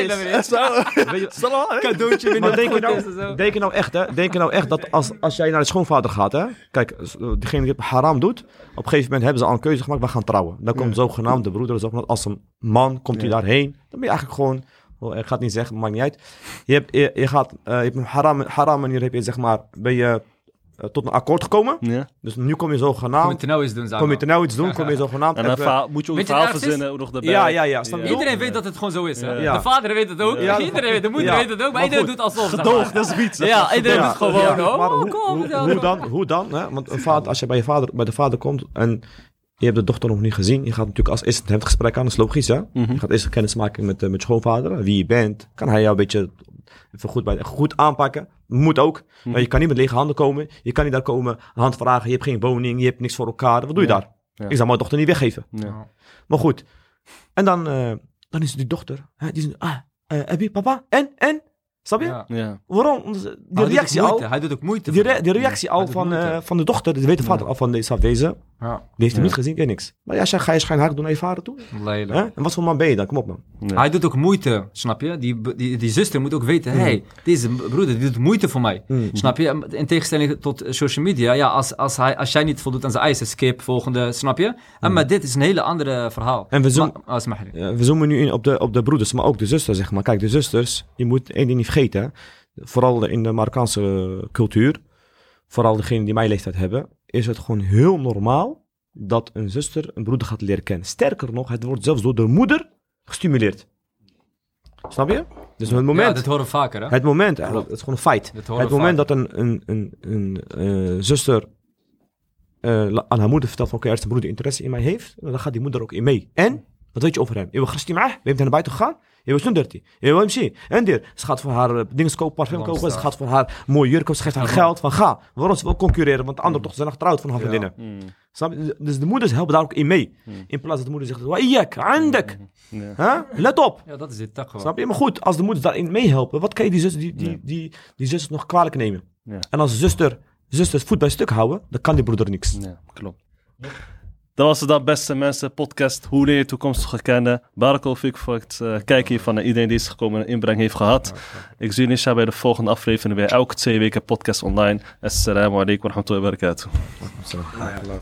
Cadeautje binnen. Maar denk je, nou, denk je nou echt, hè? Denk je nou echt dat als, als jij naar de schoonvader gaat, hè? Kijk, degene die haram doet, op een gegeven moment hebben ze al een keuze gemaakt, we gaan trouwen. Dan komt zogenaamd de broeder, zogenaamd, als een man komt hij daarheen, dan ben je eigenlijk gewoon... Oh, ik ga het niet zeggen, maakt niet uit. Je hebt, je, je gaat, uh, je hebt een haram, haram manier, heb je, zeg maar, ben je uh, tot een akkoord gekomen. Ja. Dus nu kom je zogenaamd. Kom je te nou iets doen, zeg maar. Kom je te nou iets doen, kom je zogenaamd. En dan va- moet je ook een verhaal verzinnen, nog daarbij. Ja, ja, ja. ja. Iedereen weet dat het gewoon zo is, hè? Ja. De vader weet het ook, ja. Iedereen weet, de moeder ja. weet het ook, maar, maar iedereen doet alsof. Gedoog, dat is iets. Ja, iedereen ja. doet gewoon, ja. oh, maar hoe, kom. Hoe, hoe, hoe dan, hoe dan, hè? Want een vader, als je bij, je vader, bij de vader komt en... Je hebt de dochter nog niet gezien. Je gaat natuurlijk als eerste het gesprek aan. Dat is logisch, hè? Mm-hmm. Je gaat eerst kennis maken met, uh, met je schoonvader. Wie je bent. Kan hij jou een beetje even goed, bij, goed aanpakken. Moet ook. Mm-hmm. Maar je kan niet met lege handen komen. Je kan niet daar komen, hand vragen. Je hebt geen woning. Je hebt niks voor elkaar. Wat doe je ja. daar? Ja. Ik zou mijn dochter niet weggeven. Ja. Maar goed. En dan, uh, dan is die dochter. Hè, die zegt, ah, uh, heb je papa? En? En? Snap je? Ja. Ja. Waarom? Die hij reactie doet al. Hij doet ook moeite. Die, re- die reactie ja, al van, uh, van de dochter. Dat weet de vader ja. al van deze. deze Ja. Die heeft hem ja. niet gezien, ken niks. Maar ja, ga je schijnhaak doen naar je vader toe? Lelijk. Huh? En wat voor man ben je dan? Kom op, man. Ja. Hij doet ook moeite, snap je? Die, die, die zuster moet ook weten, hé, mm. hey, deze broeder, die doet moeite voor mij. Mm. Snap je? In tegenstelling tot social media, ja, als, als, hij, als jij niet voldoet aan zijn eisen, skip, volgende, snap je? En mm. maar dit is een hele andere verhaal. En we, zoom, Ma- oh, ja, we zoomen nu in op de, op de broeders, maar ook de zusters, zeg maar. Kijk, de zusters, je moet één ding niet vergeten, hè? Vooral in de Marokkaanse cultuur, vooral degenen die mijn leeftijd hebben, is het gewoon heel normaal dat een zuster een broeder gaat leren kennen. Sterker nog, het wordt zelfs door de moeder gestimuleerd. Snap je? Dus het moment... Ja, dit horen we vaker, hè? Het moment, hè, het is gewoon een feit. Het moment vaker. dat een, een, een, een uh, zuster uh, aan haar moeder vertelt van oké, okay, als de broeder interesse in mij heeft, dan gaat die moeder ook in mee. En, wat weet je over hem? Je wil gastje maar, we hebben naar buiten gegaan. Je was dertien. Je wil hem zien. En dir. Ze gaat voor haar uh, dingen kopen, parfum kopen. Ze gaat voor haar mooie jurk kopen. Ze geeft haar geld. Van ga. Waarom ze wil concurreren? Want de andere mm. toch zijn nog getrouwd van haar vriendinnen. Ja. Mm. Dus de moeders helpen daar ook in mee. Mm. In plaats dat de moeder zegt, wa'iyak, andek. Mm. Ja. Huh? Let op. Ja, dat is dit tak gewoon. Snap je? Maar goed, als de moeders daarin meehelpen, wat kan je die zusters, die, die, die, die, die zusters nog kwalijk nemen? Ja. En als de zuster, zusters voet bij stuk houden, dan kan die broeder niks. Ja, klopt. Dat was het dan, beste mensen, podcast Hoe leer je toekomstige kennen. Barakallahu fik voor het uh, kijken hiervan en iedereen die is gekomen en een inbreng heeft gehad. Ik zie jullie bij de volgende aflevering weer elke twee weken podcast online. Assalamu alaikum wa rahmatullahi wa barakatuh.